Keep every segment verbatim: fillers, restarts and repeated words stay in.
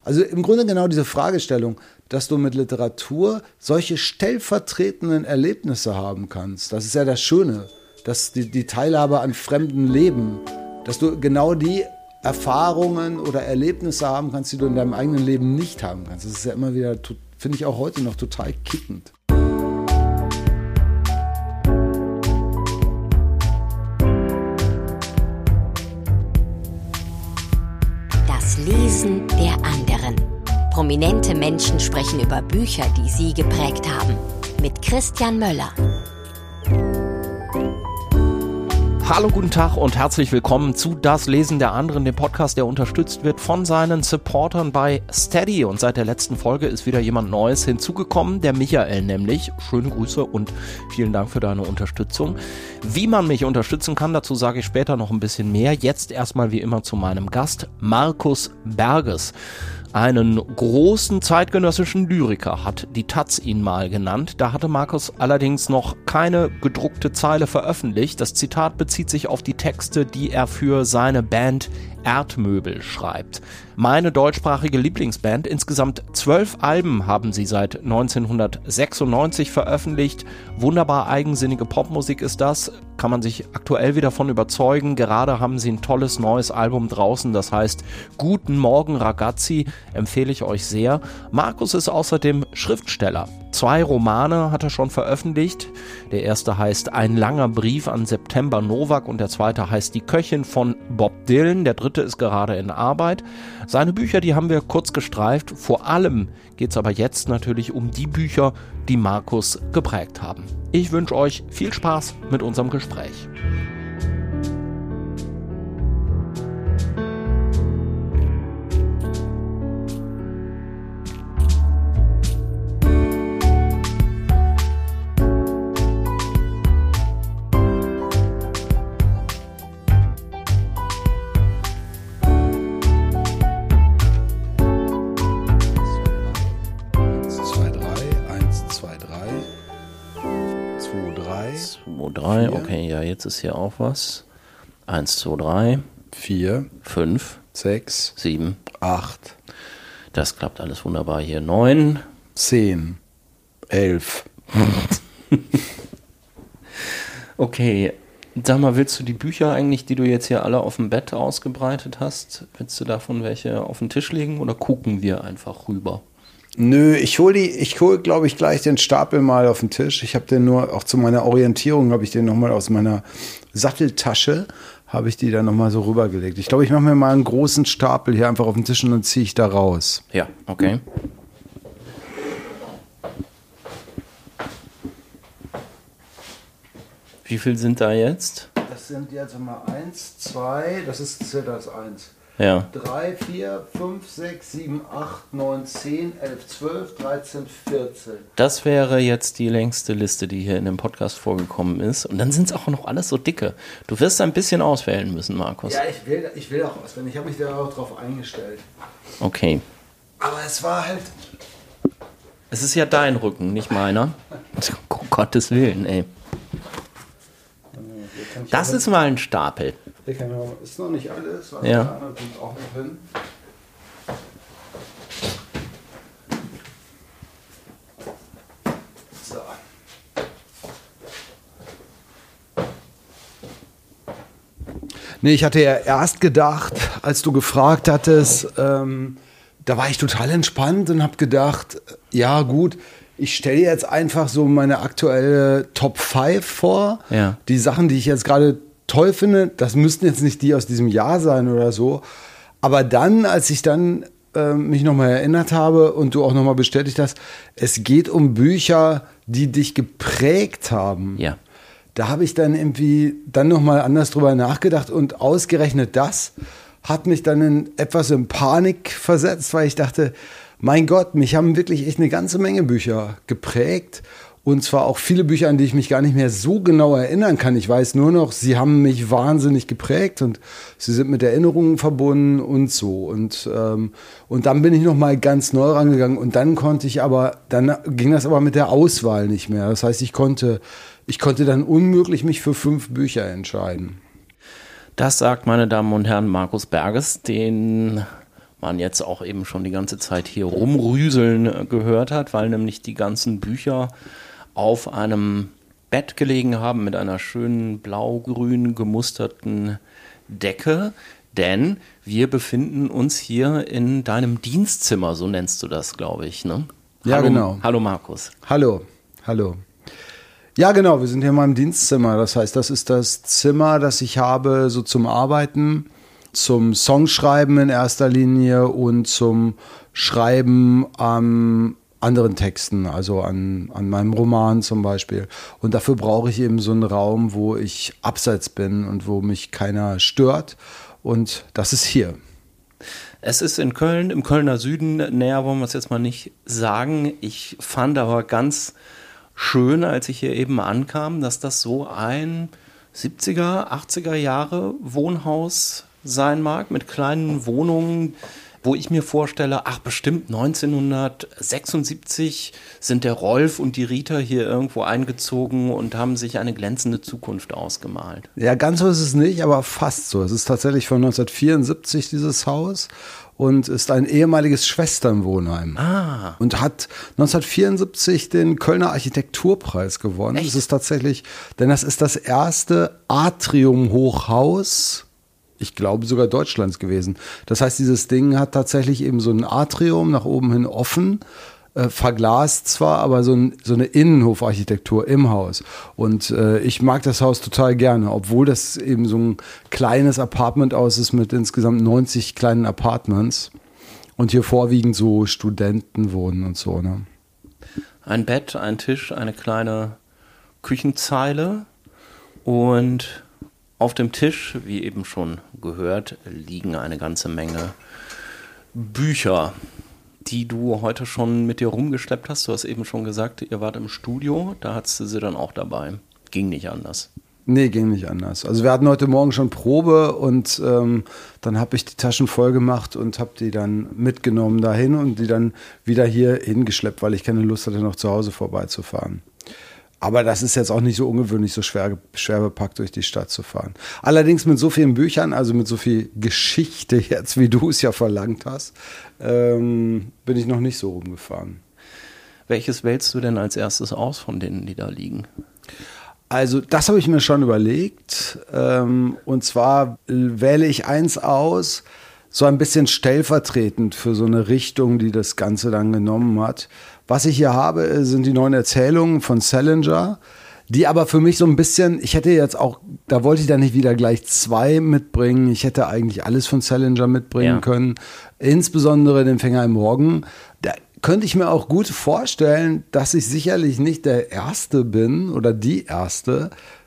Also im Grunde genau diese Fragestellung, dass du mit Literatur solche stellvertretenden Erlebnisse haben kannst. Das ist ja das Schöne, dass die, die Teilhabe an fremden Leben, dass du genau die Erfahrungen oder Erlebnisse haben kannst, die du in deinem eigenen Leben nicht haben kannst. Das ist ja immer wieder, finde ich auch heute noch total kickend. Das Lesen der anderen. Prominente Menschen sprechen über Bücher, die sie geprägt haben. Mit Christian Möller. Hallo, guten Tag und herzlich willkommen zu Das Lesen der anderen, dem Podcast, der unterstützt wird von seinen Supportern bei Steady. Und seit der letzten Folge ist wieder jemand Neues hinzugekommen, der Michael nämlich. Schöne Grüße und vielen Dank für deine Unterstützung. Wie man mich unterstützen kann, dazu sage ich später noch ein bisschen mehr. Jetzt erstmal wie immer zu meinem Gast, Markus Berges. Einen großen zeitgenössischen Lyriker hat die Taz ihn mal genannt. Da hatte Markus allerdings noch keine gedruckte Zeile veröffentlicht. Das Zitat bezieht sich auf die Texte, die er für seine Band Erdmöbel schreibt. Meine deutschsprachige Lieblingsband. Insgesamt zwölf Alben haben sie seit neunzehnhundertsechsundneunzig veröffentlicht. Wunderbar eigensinnige Popmusik ist das. Kann man sich aktuell wieder von überzeugen. Gerade haben sie ein tolles neues Album draußen. Das heißt Guten Morgen Ragazzi. Empfehle ich euch sehr. Markus ist außerdem Schriftsteller. Zwei Romane hat er schon veröffentlicht. Der erste heißt Ein langer Brief an September Novak und der zweite heißt Die Köchin von Bob Dylan. Der dritte ist gerade in Arbeit. Seine Bücher, die haben wir kurz gestreift. Vor allem geht es aber jetzt natürlich um die Bücher, die Markus geprägt haben. Ich wünsche euch viel Spaß mit unserem Gespräch. Okay, ja, jetzt ist hier auch was. Eins, zwei, drei. Vier. Fünf. Sechs. Sieben. Acht. Das klappt alles wunderbar hier. Neun. Zehn. Elf. Okay, sag mal, willst du die Bücher eigentlich, die du jetzt hier alle auf dem Bett ausgebreitet hast, willst du davon welche auf den Tisch legen oder gucken wir einfach rüber? Nö, ich hole die, ich hole, glaube ich, gleich den Stapel mal auf den Tisch. Ich habe den nur, auch zu meiner Orientierung habe ich den nochmal aus meiner Satteltasche, habe ich die dann nochmal so rübergelegt. Ich glaube, ich mache mir mal einen großen Stapel hier einfach auf den Tisch und dann ziehe ich da raus. Ja, okay. Wie viel sind da jetzt? Das sind jetzt mal eins, zwei, das ist das eins. Ja. drei, vier, fünf, sechs, sieben, acht, neun, zehn, elf, zwölf, dreizehn, vierzehn. Das wäre jetzt die längste Liste, die hier in dem Podcast vorgekommen ist. Und dann sind es auch noch alles so dicke. Du wirst ein bisschen auswählen müssen, Markus. Ja, ich will, ich will auch auswählen. Ich habe mich da auch drauf eingestellt. Okay. Aber es war halt... Es ist ja dein Rücken, nicht meiner. Um Gottes Willen, ey. Das ist mal ein Stapel. Ist noch nicht alles, was ja. Da kommt auch noch hin. So. Nee, ich hatte ja erst gedacht, als du gefragt hattest, ähm, da war ich total entspannt und habe gedacht, ja gut, ich stelle jetzt einfach so meine aktuelle Top fünf vor. Ja. Die Sachen, die ich jetzt gerade toll finde, das müssten jetzt nicht die aus diesem Jahr sein oder so. Aber dann, als ich dann äh, mich nochmal erinnert habe und du auch nochmal bestätigt hast, es geht um Bücher, die dich geprägt haben. Ja. Da habe ich dann irgendwie dann nochmal anders drüber nachgedacht und ausgerechnet das hat mich dann in etwas in Panik versetzt, weil ich dachte, mein Gott, mich haben wirklich echt eine ganze Menge Bücher geprägt. Und zwar auch viele Bücher, an die ich mich gar nicht mehr so genau erinnern kann. Ich weiß nur noch, sie haben mich wahnsinnig geprägt und sie sind mit Erinnerungen verbunden und so. Und, ähm, und dann bin ich nochmal ganz neu rangegangen und dann konnte ich aber, dann ging das aber mit der Auswahl nicht mehr. Das heißt, ich konnte, ich konnte dann unmöglich mich für fünf Bücher entscheiden. Das sagt, meine Damen und Herren, Markus Berges, den man jetzt auch eben schon die ganze Zeit hier rumrüseln gehört hat, weil nämlich die ganzen Bücher auf einem Bett gelegen haben mit einer schönen blau-grün gemusterten Decke, denn wir befinden uns hier in deinem Dienstzimmer, so nennst du das, glaube ich, ne? Ja, hallo, genau. Hallo Markus. Hallo, hallo. Ja, genau, wir sind hier in meinem Dienstzimmer. Das heißt, das ist das Zimmer, das ich habe so zum Arbeiten, zum Songschreiben in erster Linie und zum Schreiben an anderen Texten, also an, an meinem Roman zum Beispiel. Und dafür brauche ich eben so einen Raum, wo ich abseits bin und wo mich keiner stört. Und das ist hier. Es ist in Köln, im Kölner Süden, näher wollen wir es jetzt mal nicht sagen. Ich fand aber ganz schön, als ich hier eben ankam, dass das so ein siebziger, achtziger Jahre Wohnhaus sein mag, mit kleinen Wohnungen, wo ich mir vorstelle, ach bestimmt neunzehnhundertsechsundsiebzig sind der Rolf und die Rita hier irgendwo eingezogen und haben sich eine glänzende Zukunft ausgemalt. Ja, ganz so ist es nicht, aber fast so. Es ist tatsächlich von neunzehnhundertvierundsiebzig dieses Haus und ist ein ehemaliges Schwesternwohnheim. Ah. Und hat neunzehnhundertvierundsiebzig den Kölner Architekturpreis gewonnen. Echt? Das ist tatsächlich, denn das ist das erste Atrium-Hochhaus, ich glaube sogar Deutschlands gewesen. Das heißt, dieses Ding hat tatsächlich eben so ein Atrium nach oben hin offen, äh, verglast zwar, aber so, ein, so eine Innenhofarchitektur im Haus. Und äh, ich mag das Haus total gerne, obwohl das eben so ein kleines Apartmenthaus ist mit insgesamt neunzig kleinen Apartments und hier vorwiegend so Studenten wohnen und so. Ne? Ein Bett, ein Tisch, eine kleine Küchenzeile und auf dem Tisch, wie eben schon gehört, liegen eine ganze Menge Bücher, die du heute schon mit dir rumgeschleppt hast. Du hast eben schon gesagt, ihr wart im Studio, da hattest du sie dann auch dabei. Ging nicht anders. Nee, ging nicht anders. Also wir hatten heute Morgen schon Probe und ähm, dann habe ich die Taschen voll gemacht und habe die dann mitgenommen dahin und die dann wieder hier hingeschleppt, weil ich keine Lust hatte, noch zu Hause vorbeizufahren. Aber das ist jetzt auch nicht so ungewöhnlich, so schwer, schwer bepackt durch die Stadt zu fahren. Allerdings mit so vielen Büchern, also mit so viel Geschichte jetzt, wie du es ja verlangt hast, ähm, bin ich noch nicht so rumgefahren. Welches wählst du denn als erstes aus von denen, die da liegen? Also das habe ich mir schon überlegt. Ähm, und zwar wähle ich eins aus, so ein bisschen stellvertretend für so eine Richtung, die das Ganze dann genommen hat. Was ich hier habe, sind die neuen Erzählungen von Salinger, die aber für mich so ein bisschen, ich hätte jetzt auch, da wollte ich dann nicht wieder gleich zwei mitbringen, ich hätte eigentlich alles von Salinger mitbringen ja. können, insbesondere den Fänger im Morgen. Da könnte ich mir auch gut vorstellen, dass ich sicherlich nicht der Erste bin oder die Erste.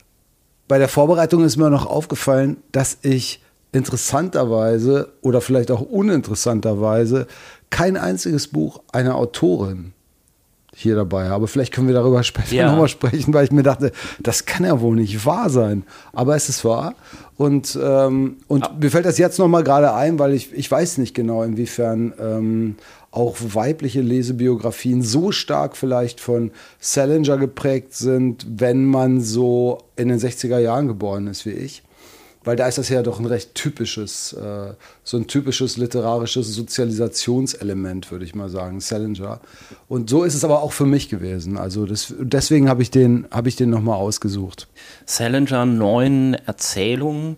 Bei der Vorbereitung ist mir noch aufgefallen, dass ich interessanterweise oder vielleicht auch uninteressanterweise kein einziges Buch einer Autorin hier dabei habe. Vielleicht können wir darüber später ja. nochmal sprechen, weil ich mir dachte, das kann ja wohl nicht wahr sein. Aber es ist wahr. Und, ähm, und ah. mir fällt das jetzt nochmal gerade ein, weil ich, ich weiß nicht genau, inwiefern ähm, auch weibliche Lesebiografien so stark vielleicht von Salinger geprägt sind, wenn man so in den sechziger Jahren geboren ist wie ich. Weil da ist das ja doch ein recht typisches, äh, so ein typisches literarisches Sozialisationselement, würde ich mal sagen, Salinger. Und so ist es aber auch für mich gewesen. Also das, deswegen habe ich den, habe ich den nochmal ausgesucht. Salinger, neun Erzählungen,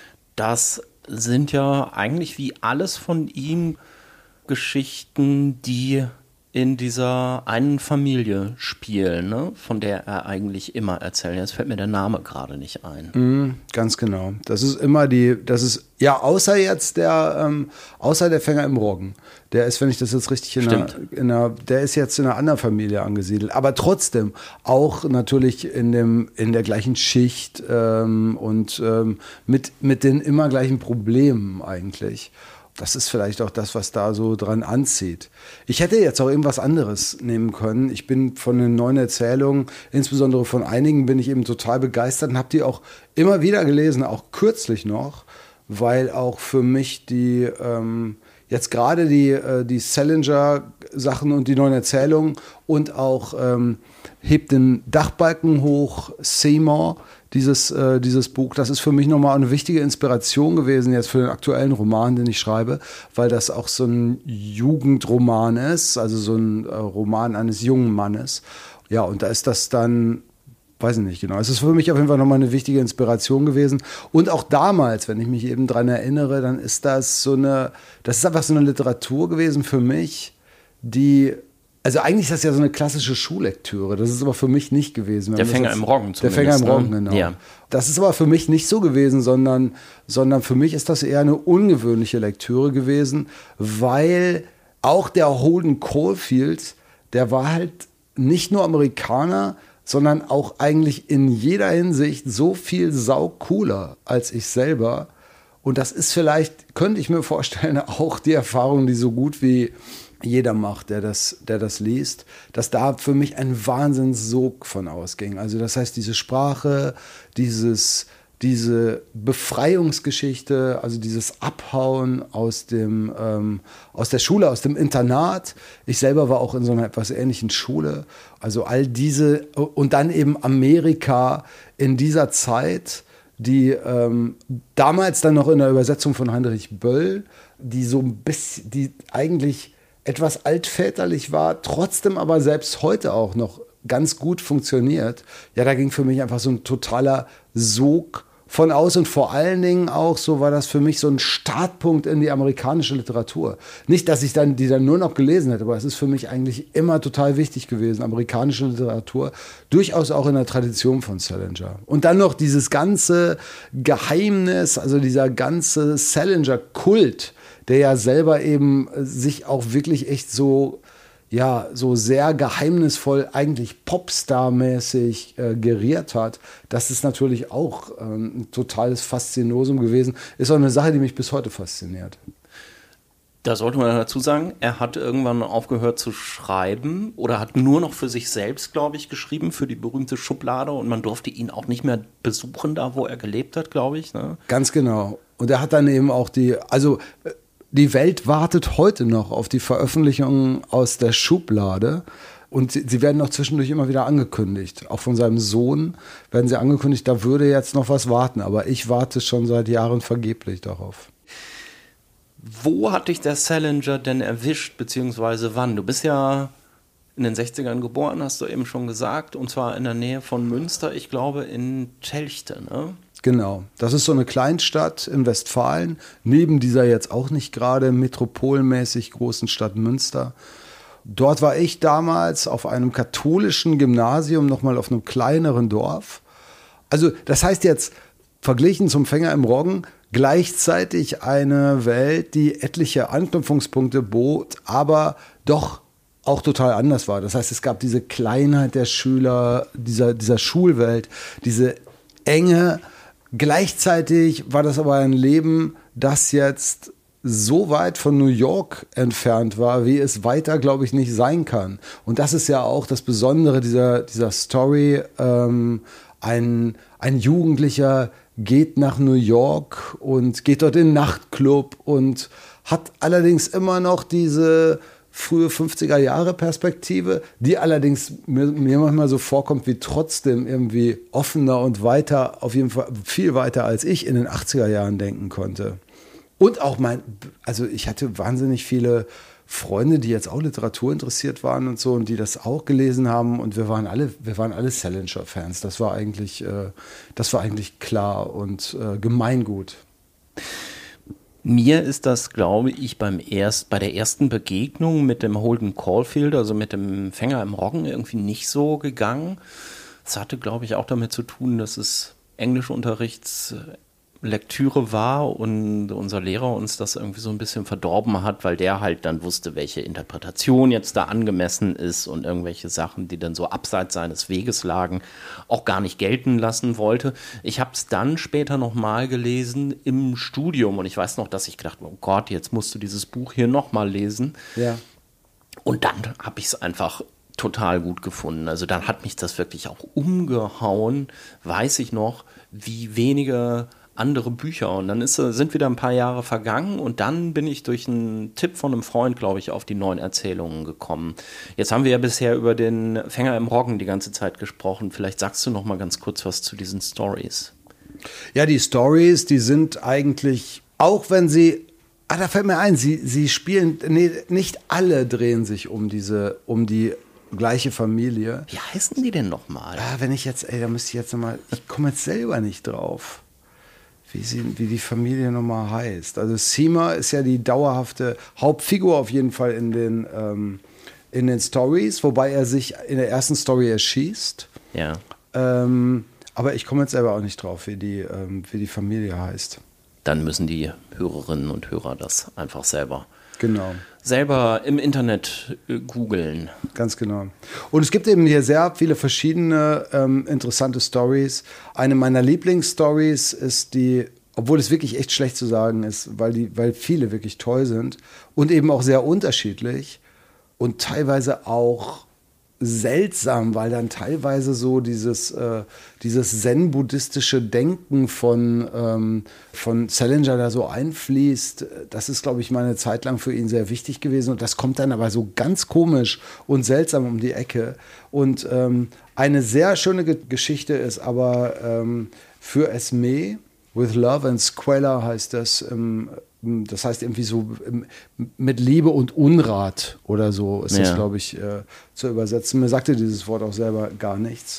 das sind ja eigentlich wie alles von ihm Geschichten, die in dieser einen Familie spielen, ne? Von der er eigentlich immer erzählt. Jetzt fällt mir der Name gerade nicht ein. Mm, ganz genau. Das ist immer die, das ist, ja, außer jetzt der, ähm, außer der Fänger im Roggen. Der ist, wenn ich das jetzt richtig in einer, in einer, der ist jetzt in einer anderen Familie angesiedelt. Aber trotzdem auch natürlich in dem, in der gleichen Schicht ähm, und ähm, mit, mit den immer gleichen Problemen eigentlich. Das ist vielleicht auch das, was da so dran anzieht. Ich hätte jetzt auch irgendwas anderes nehmen können. Ich bin von den neuen Erzählungen, insbesondere von einigen, bin ich eben total begeistert und habe die auch immer wieder gelesen, auch kürzlich noch, weil auch für mich die, ähm, jetzt gerade die, äh, die Salinger-Sachen und die neuen Erzählungen und auch ähm, Hebt den Dachbalken hoch, Seymour, dieses, äh, dieses Buch. Das ist für mich nochmal eine wichtige Inspiration gewesen jetzt für den aktuellen Roman, den ich schreibe, weil das auch so ein Jugendroman ist, also so ein äh, Roman eines jungen Mannes. Ja, und da ist das dann, weiß ich nicht genau, es ist für mich auf jeden Fall nochmal eine wichtige Inspiration gewesen. Und auch damals, wenn ich mich eben dran erinnere, dann ist das so eine, das ist einfach so eine Literatur gewesen für mich, die, also eigentlich ist das ja so eine klassische Schullektüre, das ist aber für mich nicht gewesen. Der Fänger jetzt, im Roggen Der Fänger im Roggen, genau. Ja. Das ist aber für mich nicht so gewesen, sondern, sondern für mich ist das eher eine ungewöhnliche Lektüre gewesen, weil auch der Holden Caulfield, der war halt nicht nur Amerikaner, sondern auch eigentlich in jeder Hinsicht so viel saucooler als ich selber. Und das ist vielleicht, könnte ich mir vorstellen, auch die Erfahrung, die so gut wie jeder macht, der das, der das liest, dass da für mich ein Wahnsinnssog von ausging. Also das heißt, diese Sprache, dieses, diese Befreiungsgeschichte, also dieses Abhauen aus dem, ähm, aus der Schule, aus dem Internat. Ich selber war auch in so einer etwas ähnlichen Schule. Also all diese, und dann eben Amerika in dieser Zeit, die ähm, damals dann noch in der Übersetzung von Heinrich Böll, die so ein bisschen, die eigentlich etwas altväterlich war, trotzdem aber selbst heute auch noch ganz gut funktioniert. Ja, da ging für mich einfach so ein totaler Sog von aus und vor allen Dingen auch so war das für mich so ein Startpunkt in die amerikanische Literatur. Nicht, dass ich dann die dann nur noch gelesen hätte, aber es ist für mich eigentlich immer total wichtig gewesen, amerikanische Literatur, durchaus auch in der Tradition von Salinger. Und dann noch dieses ganze Geheimnis, also dieser ganze Salinger-Kult, der ja selber eben sich auch wirklich echt so, ja, so sehr geheimnisvoll, eigentlich Popstar-mäßig äh, geriert hat. Das ist natürlich auch ähm, ein totales Faszinosum gewesen. Ist auch eine Sache, die mich bis heute fasziniert. Da sollte man dazu sagen, er hat irgendwann aufgehört zu schreiben oder hat nur noch für sich selbst, glaube ich, geschrieben, für die berühmte Schublade und man durfte ihn auch nicht mehr besuchen, da wo er gelebt hat, glaube ich. Ne? Ganz genau. Und er hat dann eben auch die, also die Welt wartet heute noch auf die Veröffentlichungen aus der Schublade und sie, sie werden auch zwischendurch immer wieder angekündigt. Auch von seinem Sohn werden sie angekündigt, da würde jetzt noch was warten, aber ich warte schon seit Jahren vergeblich darauf. Wo hat dich der Salinger denn erwischt, beziehungsweise wann? Du bist ja in den sechzigern geboren, hast du eben schon gesagt, und zwar in der Nähe von Münster, ich glaube in Telchte, ne? Genau, das ist so eine Kleinstadt in Westfalen, neben dieser jetzt auch nicht gerade metropolmäßig großen Stadt Münster. Dort war ich damals auf einem katholischen Gymnasium, nochmal auf einem kleineren Dorf. Also das heißt jetzt, verglichen zum Fänger im Roggen, gleichzeitig eine Welt, die etliche Anknüpfungspunkte bot, aber doch auch total anders war. Das heißt, es gab diese Kleinheit der Schüler, dieser, dieser Schulwelt, diese Enge. Gleichzeitig war das aber ein Leben, das jetzt so weit von New York entfernt war, wie es weiter, glaube ich, nicht sein kann. Und das ist ja auch das Besondere dieser, dieser Story. Ähm, ein, ein Jugendlicher geht nach New York und geht dort in den Nachtclub und hat allerdings immer noch diese frühe fünfziger-Jahre-Perspektive, die allerdings mir, mir manchmal so vorkommt wie trotzdem irgendwie offener und weiter, auf jeden Fall viel weiter, als ich in den achtziger Jahren denken konnte. Und auch mein, also ich hatte wahnsinnig viele Freunde, die jetzt auch Literatur interessiert waren und so und die das auch gelesen haben und wir waren alle, wir waren alle Salinger-Fans. Das war eigentlich, äh, das war eigentlich klar und äh, Gemeingut. Mir ist das, glaube ich, beim erst, bei der ersten Begegnung mit dem Holden Caulfield, also mit dem Fänger im Roggen, irgendwie nicht so gegangen. Das hatte, glaube ich, auch damit zu tun, dass es Englischunterrichtslektüre war und unser Lehrer uns das irgendwie so ein bisschen verdorben hat, weil der halt dann wusste, welche Interpretation jetzt da angemessen ist und irgendwelche Sachen, die dann so abseits seines Weges lagen, auch gar nicht gelten lassen wollte. Ich habe es dann später nochmal gelesen im Studium und ich weiß noch, dass ich gedacht habe, oh Gott, jetzt musst du dieses Buch hier nochmal lesen. Ja. Und dann habe ich es einfach total gut gefunden. Also dann hat mich das wirklich auch umgehauen, weiß ich noch, wie wenige andere Bücher. Und dann ist, sind wieder ein paar Jahre vergangen und dann bin ich durch einen Tipp von einem Freund, glaube ich, auf die neuen Erzählungen gekommen. Jetzt haben wir ja bisher über den Fänger im Roggen die ganze Zeit gesprochen. Vielleicht sagst du noch mal ganz kurz was zu diesen Stories. Ja, die Stories, die sind eigentlich, auch wenn sie, ah, da fällt mir ein, sie, sie spielen, nee, nicht alle drehen sich um diese, um die gleiche Familie. Wie heißen die denn nochmal? Ah, wenn ich jetzt, ey, da müsste ich jetzt nochmal, ich komme jetzt selber nicht drauf, wie, sie, wie die Familie nochmal heißt. Also Seema ist ja die dauerhafte Hauptfigur auf jeden Fall in den, ähm, in den Stories, wobei er sich in der ersten Story erschießt. Ja. Ähm, aber ich komme jetzt selber auch nicht drauf, wie die, ähm, wie die Familie heißt. Dann müssen die Hörerinnen und Hörer das einfach selber, genau. selber im Internet äh, googeln. Ganz genau. Und es gibt eben hier sehr viele verschiedene ähm, interessante Stories. Eine meiner Lieblingsstories ist die, obwohl es wirklich echt schlecht zu sagen ist, weil, die, weil viele wirklich toll sind und eben auch sehr unterschiedlich und teilweise auch seltsam, weil dann teilweise so dieses, äh, dieses zen-buddhistische Denken von, ähm, von Salinger da so einfließt. Das ist, glaube ich, mal eine Zeit lang für ihn sehr wichtig gewesen und das kommt dann aber so ganz komisch und seltsam um die Ecke. Und ähm, eine sehr schöne Ge- Geschichte ist aber ähm, für Esme, With Love and Squalor heißt das, ähm, das heißt irgendwie so mit Liebe und Unrat oder so ist das, ja. glaube ich, äh, zu übersetzen. Mir sagte dieses Wort auch selber gar nichts.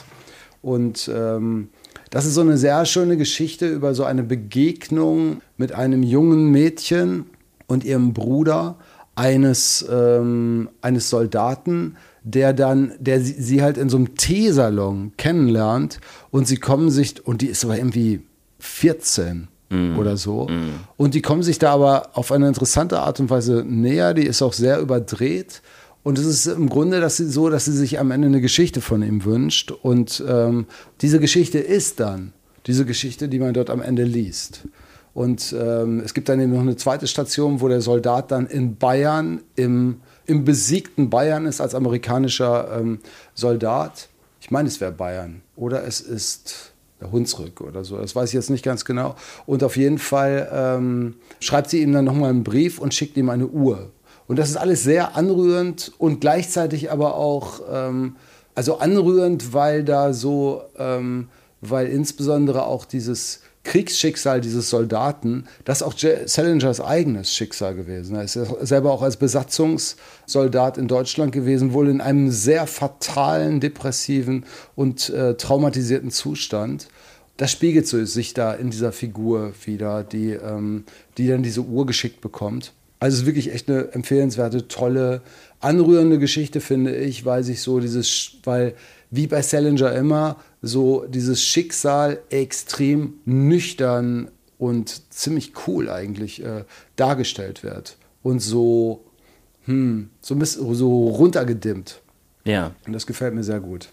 Und ähm, das ist so eine sehr schöne Geschichte über so eine Begegnung mit einem jungen Mädchen und ihrem Bruder eines, ähm, eines Soldaten, der dann, der sie, sie halt in so einem Teesalon kennenlernt und sie kommen sich, und die ist aber irgendwie vierzehn mm. oder so. Mm. Und die kommen sich da aber auf eine interessante Art und Weise näher. Die ist auch sehr überdreht. Und es ist im Grunde dass sie so, dass sie sich am Ende eine Geschichte von ihm wünscht. Und ähm, diese Geschichte ist dann diese Geschichte, die man dort am Ende liest. Und ähm, es gibt dann eben noch eine zweite Station, wo der Soldat dann in Bayern, im, im besiegten Bayern ist als amerikanischer ähm, Soldat. Ich meine, es wäre Bayern. Oder es ist der Hunsrück oder so, das weiß ich jetzt nicht ganz genau. Und auf jeden Fall ähm, schreibt sie ihm dann nochmal einen Brief und schickt ihm eine Uhr. Und das ist alles sehr anrührend und gleichzeitig aber auch, ähm, also anrührend, weil da so, ähm, weil insbesondere auch dieses Kriegsschicksal dieses Soldaten, das ist auch Salingers eigenes Schicksal gewesen. Er ist selber auch als Besatzungssoldat in Deutschland gewesen, wohl in einem sehr fatalen, depressiven und äh, traumatisierten Zustand. Das spiegelt so sich da in dieser Figur wieder, die, ähm, die dann diese Uhr geschickt bekommt. Also es ist wirklich echt eine empfehlenswerte, tolle, anrührende Geschichte, finde ich, weil sich so dieses, weil wie bei Salinger immer, so dieses Schicksal extrem nüchtern und ziemlich cool eigentlich äh, dargestellt wird. Und so, hm, so ein bisschen so runtergedimmt. Ja. Und das gefällt mir sehr gut.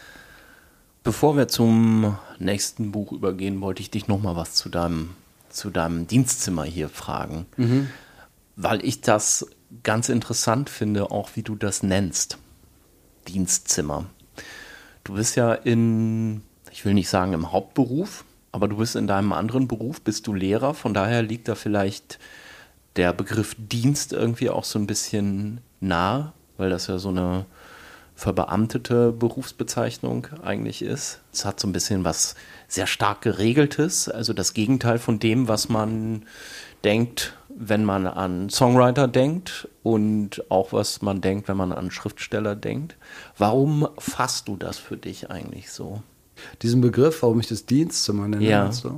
Bevor wir zum nächsten Buch übergehen, wollte ich dich noch mal was zu deinem, zu deinem Dienstzimmer hier fragen. Mhm. Weil ich das ganz interessant finde, auch wie du das nennst. Dienstzimmer. Du bist ja in, ich will nicht sagen im Hauptberuf, aber du bist in deinem anderen Beruf, bist du Lehrer. Von daher liegt da vielleicht der Begriff Dienst irgendwie auch so ein bisschen nah, weil das ja so eine verbeamtete Berufsbezeichnung eigentlich ist. Es hat so ein bisschen was sehr stark Geregeltes, also das Gegenteil von dem, was man denkt, wenn man an Songwriter denkt und auch was man denkt, wenn man an Schriftsteller denkt. Warum fasst du das für dich eigentlich so? Diesen Begriff, warum ich das Dienstzimmer nenne? Ja. So?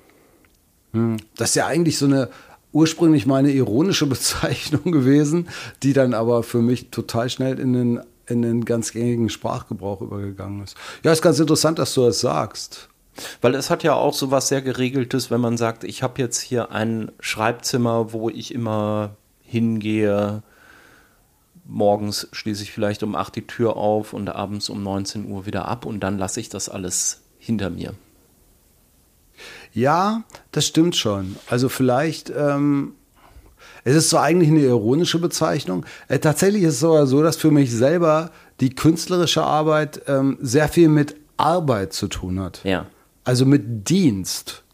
Hm. Das ist ja eigentlich so eine ursprünglich mal eine ironische Bezeichnung gewesen, die dann aber für mich total schnell in den, in den ganz gängigen Sprachgebrauch übergegangen ist. Ja, ist ganz interessant, dass du das sagst. Weil es hat ja auch so was sehr Geregeltes, wenn man sagt, ich habe jetzt hier ein Schreibzimmer, wo ich immer hingehe. Morgens schließe ich vielleicht um acht die Tür auf und abends um neunzehn Uhr wieder ab und dann lasse ich das alles hinter mir. Ja, das stimmt schon. Also vielleicht, ähm, es ist so eigentlich eine ironische Bezeichnung. Äh, tatsächlich ist es aber so, dass für mich selber die künstlerische Arbeit ähm, sehr viel mit Arbeit zu tun hat. Ja. Also mit Dienst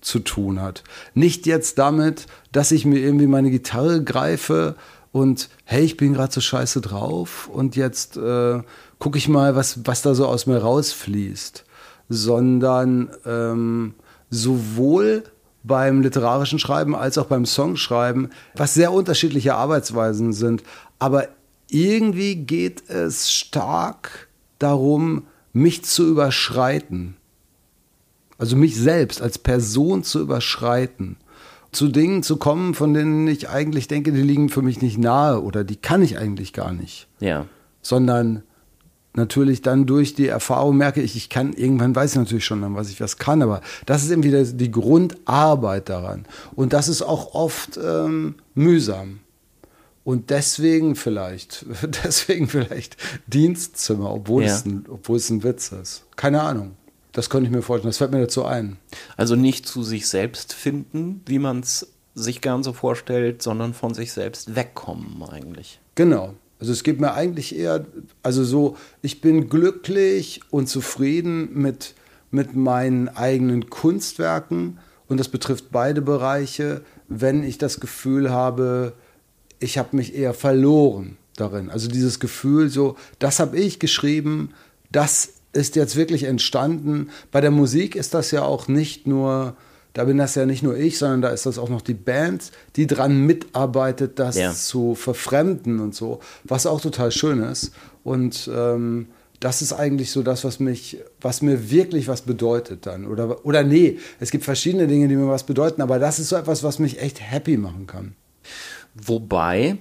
zu tun hat. Nicht jetzt damit, dass ich mir irgendwie meine Gitarre greife und hey, ich bin gerade so scheiße drauf und jetzt äh, gucke ich mal, was, was da so aus mir rausfließt, sondern ähm, sowohl beim literarischen Schreiben als auch beim Songschreiben, was sehr unterschiedliche Arbeitsweisen sind, aber irgendwie geht es stark darum, mich zu überschreiten. Also mich selbst als Person zu überschreiten. Zu Dingen zu kommen, von denen ich eigentlich denke, die liegen für mich nicht nahe oder die kann ich eigentlich gar nicht. Ja. Sondern natürlich dann durch die Erfahrung merke ich, ich kann, irgendwann weiß ich natürlich schon dann, was ich was kann, aber das ist eben wieder die Grundarbeit daran. Und das ist auch oft ähm, mühsam. Und deswegen vielleicht, deswegen vielleicht Dienstzimmer, obwohl, ja. es ein, obwohl es ein Witz ist. Keine Ahnung. Das könnte ich mir vorstellen. Das fällt mir dazu ein. Also nicht zu sich selbst finden, wie man es sich gern so vorstellt, sondern von sich selbst wegkommen eigentlich. Genau. Also es geht mir eigentlich eher, also so, ich bin glücklich und zufrieden mit, mit meinen eigenen Kunstwerken und das betrifft beide Bereiche, wenn ich das Gefühl habe, ich habe mich eher verloren darin. Also dieses Gefühl so, das habe ich geschrieben, das ist jetzt wirklich entstanden. Bei der Musik ist das ja auch nicht nur, da bin das ja nicht nur ich, sondern da ist das auch noch die Band, die dran mitarbeitet, das ja. zu verfremden und so, was auch total schön ist. Und ähm, das ist eigentlich so das, was mich, was mir wirklich was bedeutet dann. Oder, oder nee, es gibt verschiedene Dinge, die mir was bedeuten, aber das ist so etwas, was mich echt happy machen kann. Wobei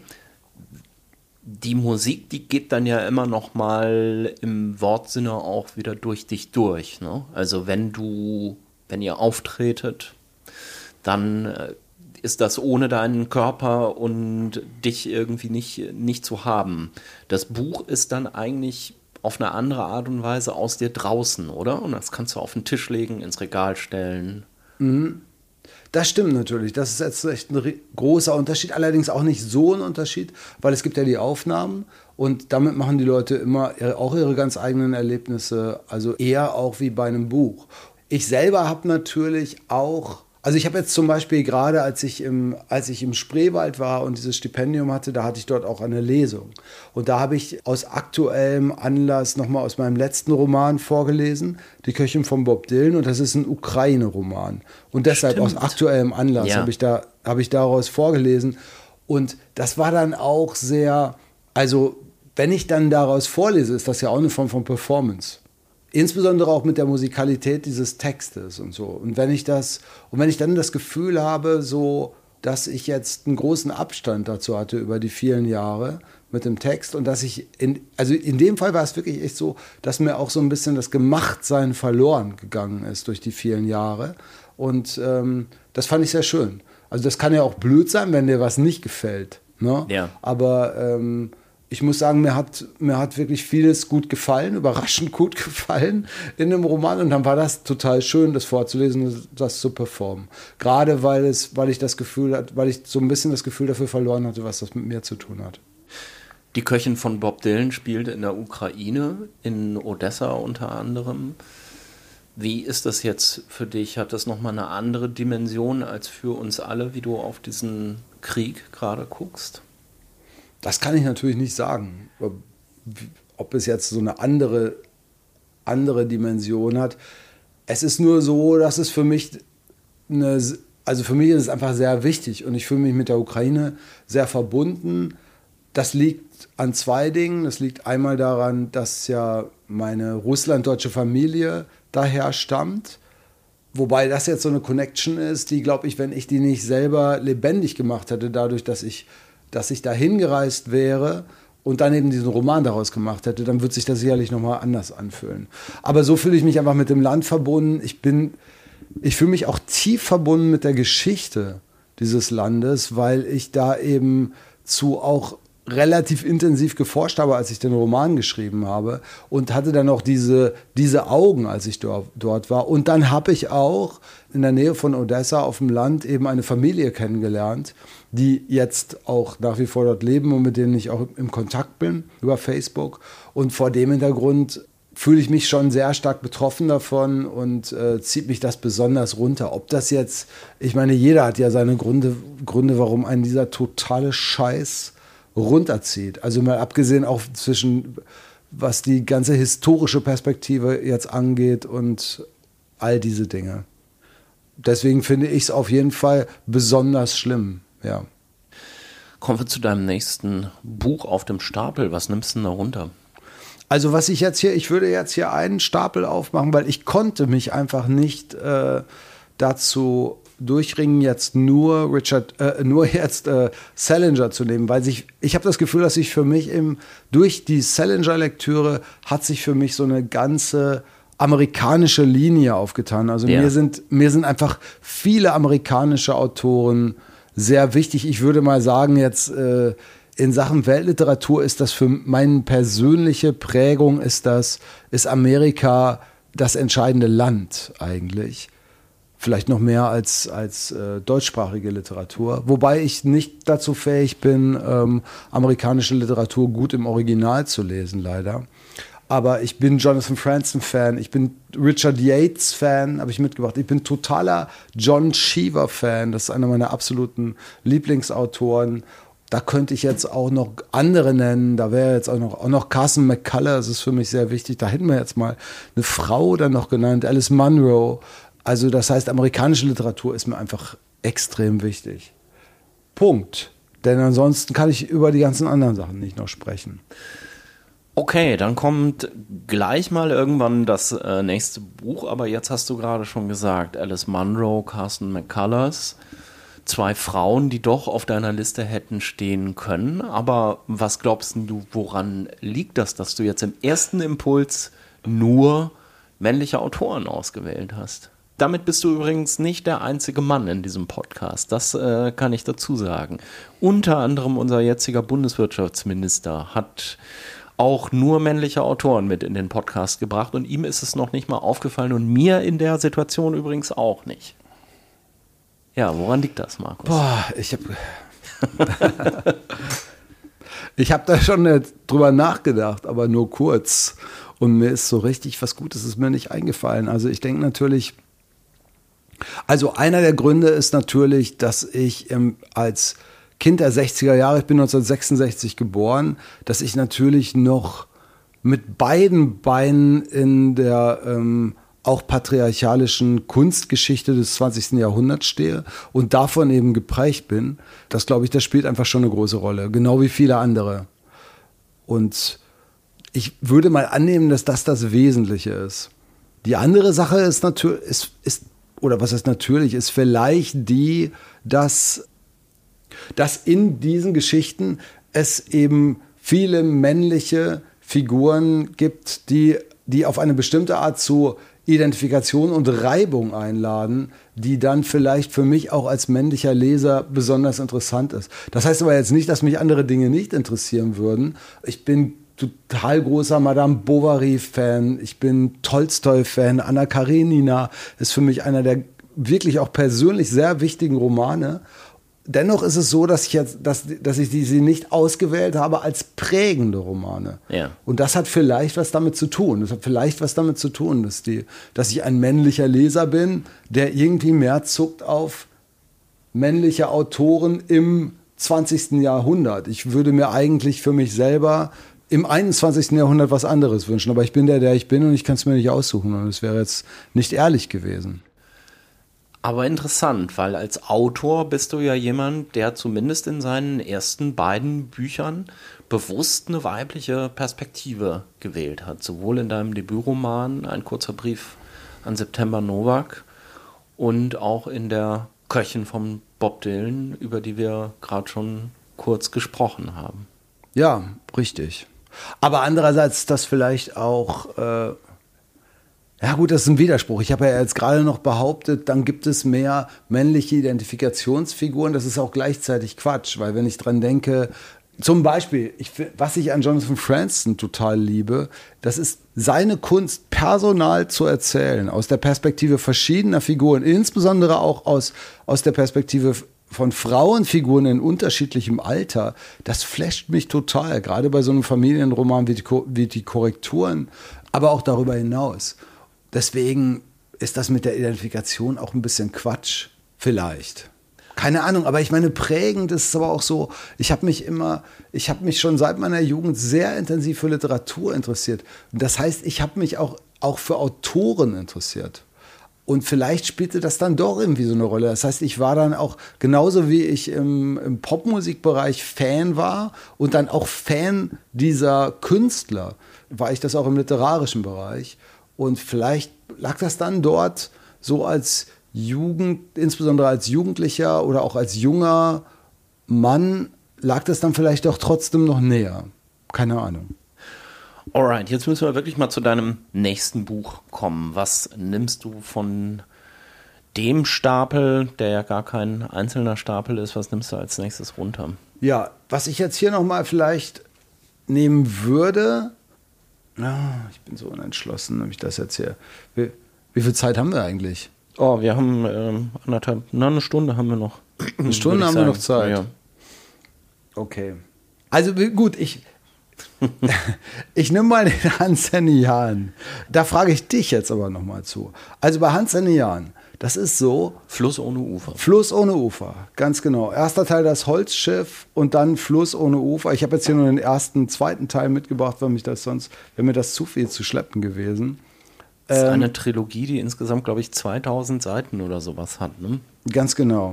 die Musik, die geht dann ja immer noch mal im Wortsinne auch wieder durch dich durch, ne? Also wenn du, wenn ihr auftretet, dann äh, ist das ohne deinen Körper und dich irgendwie nicht, nicht zu haben. Das Buch ist dann eigentlich auf eine andere Art und Weise aus dir draußen, oder? Und das kannst du auf den Tisch legen, ins Regal stellen. Mhm. Das stimmt natürlich, das ist jetzt echt ein großer Unterschied, allerdings auch nicht so ein Unterschied, weil es gibt ja die Aufnahmen und damit machen die Leute immer auch ihre ganz eigenen Erlebnisse, also eher auch wie bei einem Buch. Ich selber habe natürlich auch, also ich habe jetzt zum Beispiel gerade, als ich im, als ich im Spreewald war und dieses Stipendium hatte, da hatte ich dort auch eine Lesung. Und da habe ich aus aktuellem Anlass nochmal aus meinem letzten Roman vorgelesen, Die Köchin von Bob Dylan, und das ist ein Ukraine-Roman. Und deshalb Stimmt. aus aktuellem Anlass ja. habe ich, da, habe ich daraus vorgelesen. Und das war dann auch sehr, also wenn ich dann daraus vorlese, ist das ja auch eine Form von Performance. Insbesondere auch mit der Musikalität dieses Textes und so. Und wenn ich das, und wenn ich dann das Gefühl habe, so, dass ich jetzt einen großen Abstand dazu hatte über die vielen Jahre mit dem Text und dass ich, in, also in dem Fall war es wirklich echt so, dass mir auch so ein bisschen das Gemachtsein verloren gegangen ist durch die vielen Jahre. Und ähm, das fand ich sehr schön. Also das kann ja auch blöd sein, wenn dir was nicht gefällt. Ne? Ja. Aber ähm, ich muss sagen, mir hat, mir hat wirklich vieles gut gefallen, überraschend gut gefallen in dem Roman. Und dann war das total schön, das vorzulesen, das zu performen. Gerade weil, es, weil ich das Gefühl hatte, weil ich so ein bisschen das Gefühl dafür verloren hatte, was das mit mir zu tun hat. Die Köchin von Bob Dylan spielt in der Ukraine, in Odessa unter anderem. Wie ist das jetzt für dich? Hat das nochmal eine andere Dimension als für uns alle, wie du auf diesen Krieg gerade guckst? Das kann ich natürlich nicht sagen, ob, ob es jetzt so eine andere, andere Dimension hat. Es ist nur so, dass es für mich eine, also für mich ist es einfach sehr wichtig und ich fühle mich mit der Ukraine sehr verbunden. Das liegt an zwei Dingen. Das liegt einmal daran, dass ja meine russlanddeutsche Familie daher stammt. Wobei das jetzt so eine Connection ist, die, glaube ich, wenn ich die nicht selber lebendig gemacht hätte, dadurch, dass ich dass ich da hingereist wäre und dann eben diesen Roman daraus gemacht hätte, dann würde sich das sicherlich nochmal anders anfühlen. Aber so fühle ich mich einfach mit dem Land verbunden. Ich bin, ich fühle mich auch tief verbunden mit der Geschichte dieses Landes, weil ich da eben zu auch relativ intensiv geforscht habe, als ich den Roman geschrieben habe und hatte dann auch diese, diese Augen, als ich dort, dort war. Und dann habe ich auch in der Nähe von Odessa auf dem Land eben eine Familie kennengelernt, die jetzt auch nach wie vor dort leben und mit denen ich auch im Kontakt bin über Facebook. Und vor dem Hintergrund fühle ich mich schon sehr stark betroffen davon und äh, zieht mich das besonders runter. Ob das jetzt, ich meine, jeder hat ja seine Gründe, Gründe, warum einen dieser totale Scheiß runterzieht. Also mal abgesehen auch zwischen, was die ganze historische Perspektive jetzt angeht und all diese Dinge. Deswegen finde ich es auf jeden Fall besonders schlimm, ja. Kommen wir zu deinem nächsten Buch auf dem Stapel. Was nimmst du denn da runter? Also was ich jetzt hier, ich würde jetzt hier einen Stapel aufmachen, weil ich konnte mich einfach nicht äh, dazu durchringen, jetzt nur Richard, äh, nur jetzt äh, Salinger zu nehmen, weil sich, ich habe das Gefühl, dass sich für mich im, durch die Salinger-Lektüre hat sich für mich so eine ganze amerikanische Linie aufgetan. Also ja. mir sind, mir sind einfach viele amerikanische Autoren sehr wichtig. Ich würde mal sagen, jetzt äh, in Sachen Weltliteratur ist das für meine persönliche Prägung, ist das, ist Amerika das entscheidende Land eigentlich. Vielleicht noch mehr als, als äh, deutschsprachige Literatur. Wobei ich nicht dazu fähig bin, ähm, amerikanische Literatur gut im Original zu lesen, leider. Aber ich bin Jonathan Franzen-Fan, ich bin Richard Yates-Fan, habe ich mitgebracht. Ich bin totaler John Cheever-Fan, das ist einer meiner absoluten Lieblingsautoren. Da könnte ich jetzt auch noch andere nennen, da wäre jetzt auch noch, auch noch Carson McCullers, das ist für mich sehr wichtig. Da hätten wir jetzt mal eine Frau dann noch genannt, Alice Munro. Also das heißt, amerikanische Literatur ist mir einfach extrem wichtig. Punkt. Denn ansonsten kann ich über die ganzen anderen Sachen nicht noch sprechen. Okay, dann kommt gleich mal irgendwann das äh, nächste Buch, aber jetzt hast du gerade schon gesagt, Alice Munro, Carson McCullers, zwei Frauen, die doch auf deiner Liste hätten stehen können, aber was glaubst du, woran liegt das, dass du jetzt im ersten Impuls nur männliche Autoren ausgewählt hast? Damit bist du übrigens nicht der einzige Mann in diesem Podcast, das äh, kann ich dazu sagen. Unter anderem unser jetziger Bundeswirtschaftsminister hat auch nur männliche Autoren mit in den Podcast gebracht und ihm ist es noch nicht mal aufgefallen und mir in der Situation übrigens auch nicht. Ja, woran liegt das, Markus? Boah, ich habe ich habe da schon drüber nachgedacht, aber nur kurz und mir ist so richtig was Gutes ist mir nicht eingefallen. Also ich denke natürlich, also einer der Gründe ist natürlich, dass ich ähm, als Kind der sechziger Jahre, ich bin neunzehnhundertsechsundsechzig geboren, dass ich natürlich noch mit beiden Beinen in der ähm, auch patriarchalischen Kunstgeschichte des zwanzigsten Jahrhunderts stehe und davon eben geprägt bin. Das glaube ich, das spielt einfach schon eine große Rolle, genau wie viele andere. Und ich würde mal annehmen, dass das das Wesentliche ist. Die andere Sache ist natürlich, ist, ist, oder was ist natürlich, ist vielleicht die, dass dass in diesen Geschichten es eben viele männliche Figuren gibt, die, die auf eine bestimmte Art zu Identifikation und Reibung einladen, die dann vielleicht für mich auch als männlicher Leser besonders interessant ist. Das heißt aber jetzt nicht, dass mich andere Dinge nicht interessieren würden. Ich bin total großer Madame Bovary-Fan, ich bin Tolstoi-Fan, Anna Karenina ist für mich einer der wirklich auch persönlich sehr wichtigen Romane. Dennoch ist es so, dass ich jetzt, dass, dass ich die, sie nicht ausgewählt habe als prägende Romane. Ja. Und das hat vielleicht was damit zu tun. Das hat vielleicht was damit zu tun, dass, die, dass ich ein männlicher Leser bin, der irgendwie mehr zuckt auf männliche Autoren im zwanzigsten Jahrhundert. Ich würde mir eigentlich für mich selber im einundzwanzigsten Jahrhundert was anderes wünschen. Aber ich bin der, der ich bin und ich kann es mir nicht aussuchen. Und es wäre jetzt nicht ehrlich gewesen. Aber interessant, weil als Autor bist du ja jemand, der zumindest in seinen ersten beiden Büchern bewusst eine weibliche Perspektive gewählt hat. Sowohl in deinem Debütroman Ein kurzer Brief an September Novak und auch in der Köchin von Bob Dylan, über die wir gerade schon kurz gesprochen haben. Ja, richtig. Aber andererseits das vielleicht auch... Äh Ja gut, das ist ein Widerspruch. Ich habe ja jetzt gerade noch behauptet, dann gibt es mehr männliche Identifikationsfiguren. Das ist auch gleichzeitig Quatsch, weil wenn ich dran denke, zum Beispiel, ich, was ich an Jonathan Franzen total liebe, das ist seine Kunst, Personal zu erzählen, aus der Perspektive verschiedener Figuren, insbesondere auch aus, aus der Perspektive von Frauenfiguren in unterschiedlichem Alter, das flasht mich total, gerade bei so einem Familienroman wie die, wie die Korrekturen, aber auch darüber hinaus. Deswegen ist das mit der Identifikation auch ein bisschen Quatsch, vielleicht. Keine Ahnung, aber ich meine, prägend ist es aber auch so, ich habe mich immer, ich habe mich schon seit meiner Jugend sehr intensiv für Literatur interessiert. Und das heißt, ich habe mich auch, auch für Autoren interessiert. Und vielleicht spielte das dann doch irgendwie so eine Rolle. Das heißt, ich war dann auch, genauso wie ich im, im Popmusikbereich Fan war und dann auch Fan dieser Künstler, war ich das auch im literarischen Bereich. Und vielleicht lag das dann dort so als Jugend, insbesondere als Jugendlicher oder auch als junger Mann, lag das dann vielleicht doch trotzdem noch näher. Keine Ahnung. Alright, jetzt müssen wir wirklich mal zu deinem nächsten Buch kommen. Was nimmst du von dem Stapel, der ja gar kein einzelner Stapel ist, was nimmst du als nächstes runter? Ja, was ich jetzt hier nochmal vielleicht nehmen würde, oh, ich bin so unentschlossen, ob ich das jetzt hier, wie, wie viel Zeit haben wir eigentlich? Oh, wir haben ähm, anderthalb, na, eine Stunde haben wir noch. Eine Stunde haben sagen. wir noch Zeit. Ja. Okay. Also gut, ich... Ich nehme mal den Hans-Henny Jahn. Da frage ich dich jetzt aber nochmal zu. Also bei Hans-Henny Jahn, das ist so... Fluss ohne Ufer. Fluss ohne Ufer, ganz genau. Erster Teil das Holzschiff und dann Fluss ohne Ufer. Ich habe jetzt hier nur den ersten, zweiten Teil mitgebracht, weil mich das sonst, wäre mir das zu viel zu schleppen gewesen. Das ist ähm, eine Trilogie, die insgesamt, glaube ich, zweitausend Seiten oder sowas hat, ne? Ganz genau.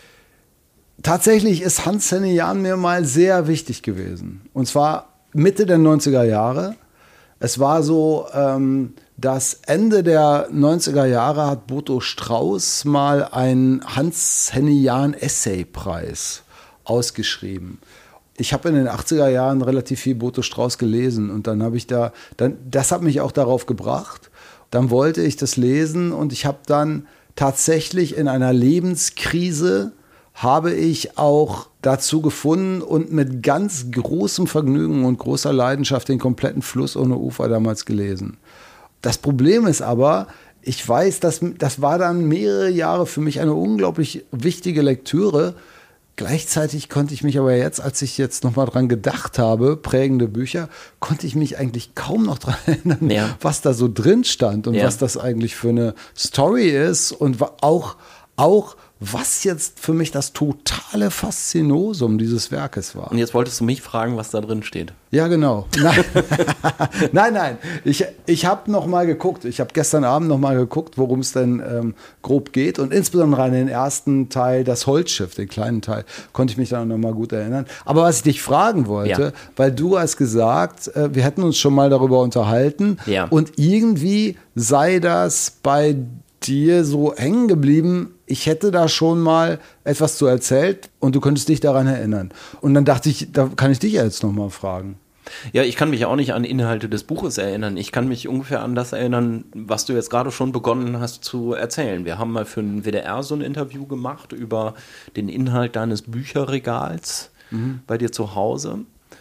Tatsächlich ist Hans-Henny Jahn mir mal sehr wichtig gewesen. Und zwar Mitte der neunziger Jahre. Es war so, ähm, das Ende der neunziger Jahre hat Boto Strauß mal einen Hans-Henny Jahn Essay-Preis ausgeschrieben. Ich habe in den achtziger Jahren relativ viel Boto Strauß gelesen und dann habe ich da, dann, das hat mich auch darauf gebracht. Dann wollte ich das lesen und ich habe dann tatsächlich in einer Lebenskrise habe ich auch dazu gefunden und mit ganz großem Vergnügen und großer Leidenschaft den kompletten Fluss ohne Ufer damals gelesen. Das Problem ist aber, ich weiß, dass, das war dann mehrere Jahre für mich eine unglaublich wichtige Lektüre. Gleichzeitig konnte ich mich aber jetzt, als ich jetzt nochmal dran gedacht habe, prägende Bücher, konnte ich mich eigentlich kaum noch dran erinnern, ja. was da so drin stand und ja. was das eigentlich für eine Story ist und auch, auch was jetzt für mich das totale Faszinosum dieses Werkes war. Und jetzt wolltest du mich fragen, was da drin steht. Ja, genau. Nein, nein, nein. Ich, ich habe noch mal geguckt. Ich habe gestern Abend noch mal geguckt, worum es denn ähm, grob geht. Und insbesondere an den ersten Teil, das Holzschiff, den kleinen Teil, konnte ich mich dann noch mal gut erinnern. Aber was ich dich fragen wollte, ja. weil du hast gesagt, äh, wir hätten uns schon mal darüber unterhalten. Ja. Und irgendwie sei das bei dir so hängen geblieben, ich hätte da schon mal etwas zu erzählt und du könntest dich daran erinnern. Und dann dachte ich, da kann ich dich ja jetzt noch mal fragen. Ja, ich kann mich auch nicht an Inhalte des Buches erinnern. Ich kann mich ungefähr an das erinnern, was du jetzt gerade schon begonnen hast zu erzählen. Wir haben mal für den W D R so ein Interview gemacht über den Inhalt deines Bücherregals mhm. bei dir zu Hause.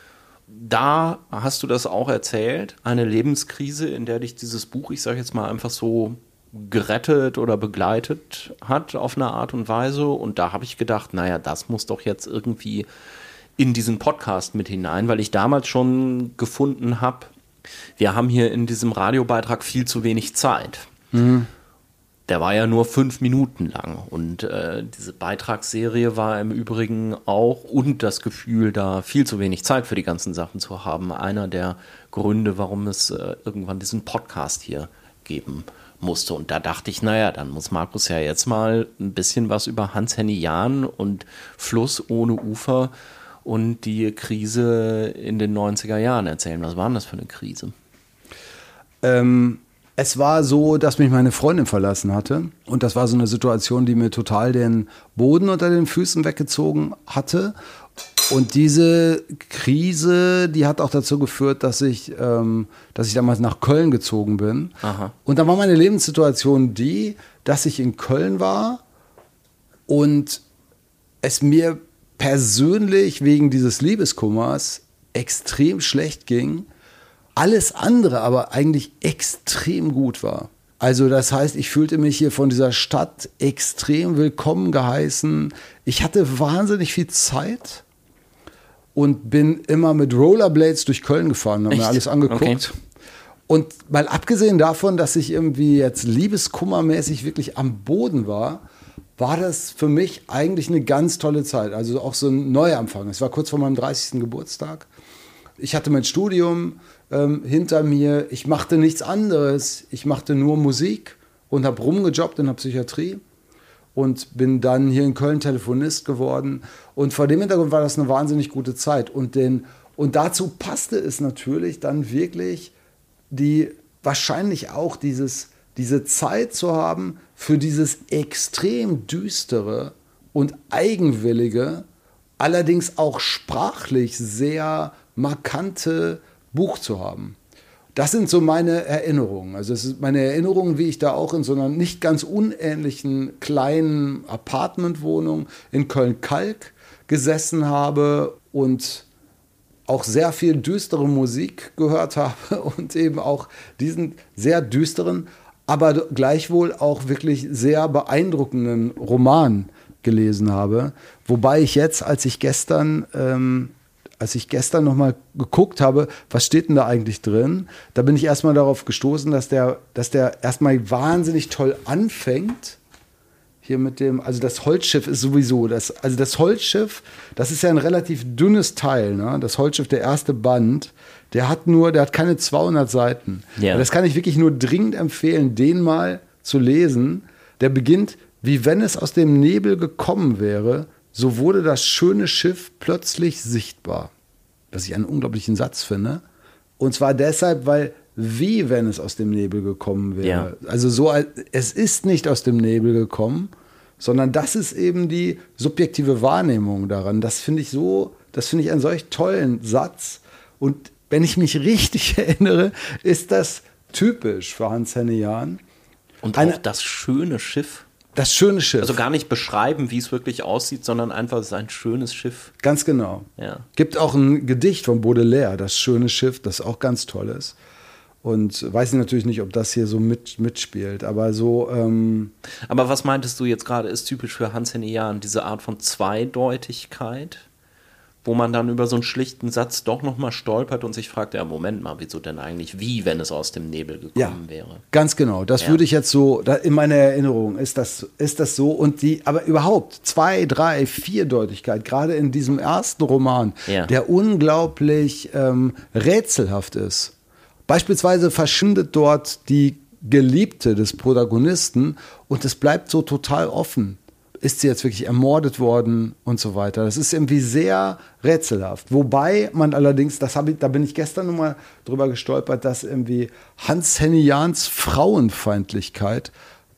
Da hast du das auch erzählt, eine Lebenskrise, in der dich dieses Buch, ich sage jetzt mal einfach so, gerettet oder begleitet hat auf eine Art und Weise. Und da habe ich gedacht, naja, das muss doch jetzt irgendwie in diesen Podcast mit hinein, weil ich damals schon gefunden habe, wir haben hier in diesem Radiobeitrag viel zu wenig Zeit. Mhm. Der war ja nur fünf Minuten lang und äh, diese Beitragsserie war im Übrigen auch, und das Gefühl, da viel zu wenig Zeit für die ganzen Sachen zu haben, einer der Gründe, warum es äh, irgendwann diesen Podcast hier geben musste. Und da dachte ich, naja, dann muss Markus ja jetzt mal ein bisschen was über Hans-Henny Jahn und Fluss ohne Ufer und die Krise in den neunziger Jahren erzählen. Was war denn das für eine Krise? Ähm, es war so, dass mich meine Freundin verlassen hatte. Und das war so eine Situation, die mir total den Boden unter den Füßen weggezogen hatte. Und diese Krise, die hat auch dazu geführt, dass ich, ähm, dass ich damals nach Köln gezogen bin. Aha. Und dann war meine Lebenssituation die, dass ich in Köln war und es mir persönlich wegen dieses Liebeskummers extrem schlecht ging. Alles andere aber eigentlich extrem gut war. Also das heißt, ich fühlte mich hier von dieser Stadt extrem willkommen geheißen. Ich hatte wahnsinnig viel Zeit und bin immer mit Rollerblades durch Köln gefahren, habe mir alles angeguckt. Okay. Und mal abgesehen davon, dass ich irgendwie jetzt liebeskummermäßig wirklich am Boden war, war das für mich eigentlich eine ganz tolle Zeit. Also auch so ein Neuanfang. Es war kurz vor meinem dreißigsten Geburtstag. Ich hatte mein Studium ähm, hinter mir. Ich machte nichts anderes. Ich machte nur Musik und habe rumgejobbt in der Psychiatrie und bin dann hier in Köln Telefonist geworden. Und vor dem Hintergrund war das eine wahnsinnig gute Zeit. Und, den, und dazu passte es natürlich dann wirklich, die wahrscheinlich auch dieses, diese Zeit zu haben für dieses extrem düstere und eigenwillige, allerdings auch sprachlich sehr markante Buch zu haben. Das sind so meine Erinnerungen. Also es ist meine Erinnerungen, wie ich da auch in so einer nicht ganz unähnlichen kleinen Apartmentwohnung in Köln-Kalk gesessen habe und auch sehr viel düstere Musik gehört habe und eben auch diesen sehr düsteren, aber gleichwohl auch wirklich sehr beeindruckenden Roman gelesen habe. Wobei ich jetzt, als ich gestern, ähm, als ich gestern nochmal geguckt habe, was steht denn da eigentlich drin, da bin ich erstmal darauf gestoßen, dass der, dass der erstmal wahnsinnig toll anfängt. Hier mit dem, also das Holzschiff ist sowieso, das, also das Holzschiff, das ist ja ein relativ dünnes Teil, ne? Das Holzschiff, der erste Band, der hat nur, der hat keine zweihundert Seiten. Ja. Das kann ich wirklich nur dringend empfehlen, den mal zu lesen. Der beginnt, wie wenn es aus dem Nebel gekommen wäre, so wurde das schöne Schiff plötzlich sichtbar. Was ich einen unglaublichen Satz finde. Und zwar deshalb, weil wie wenn es aus dem Nebel gekommen wäre. Ja. Also so, es ist nicht aus dem Nebel gekommen, sondern das ist eben die subjektive Wahrnehmung daran. Das finde ich so, das finde ich einen solch tollen Satz. Und wenn ich mich richtig erinnere, ist das typisch für Hans-Henny Jahn. Und auch Eine, das schöne Schiff. Das schöne Schiff. Also gar nicht beschreiben, wie es wirklich aussieht, sondern einfach es ist ein schönes Schiff. Ganz genau. Ja. Gibt auch ein Gedicht von Baudelaire, das schöne Schiff, das auch ganz toll ist. Und weiß ich natürlich nicht, ob das hier so mit, mitspielt, aber so. Ähm aber was meintest du jetzt gerade, ist typisch für Hans-Henny Jahn, diese Art von Zweideutigkeit, wo man dann über so einen schlichten Satz doch nochmal stolpert und sich fragt, ja, Moment mal, wieso denn eigentlich wie, wenn es aus dem Nebel gekommen ja, wäre? Ganz genau, das ja. würde ich jetzt so, da in meiner Erinnerung ist das, ist das so. Und die, aber überhaupt zwei, drei, Vierdeutigkeit, gerade in diesem ersten Roman, ja. der unglaublich ähm, rätselhaft ist. Beispielsweise verschwindet dort die Geliebte des Protagonisten und es bleibt so total offen. Ist sie jetzt wirklich ermordet worden und so weiter? Das ist irgendwie sehr rätselhaft. Wobei man allerdings, das habe ich, da bin ich gestern nochmal drüber gestolpert, dass irgendwie Hans-Henny Jahns Frauenfeindlichkeit,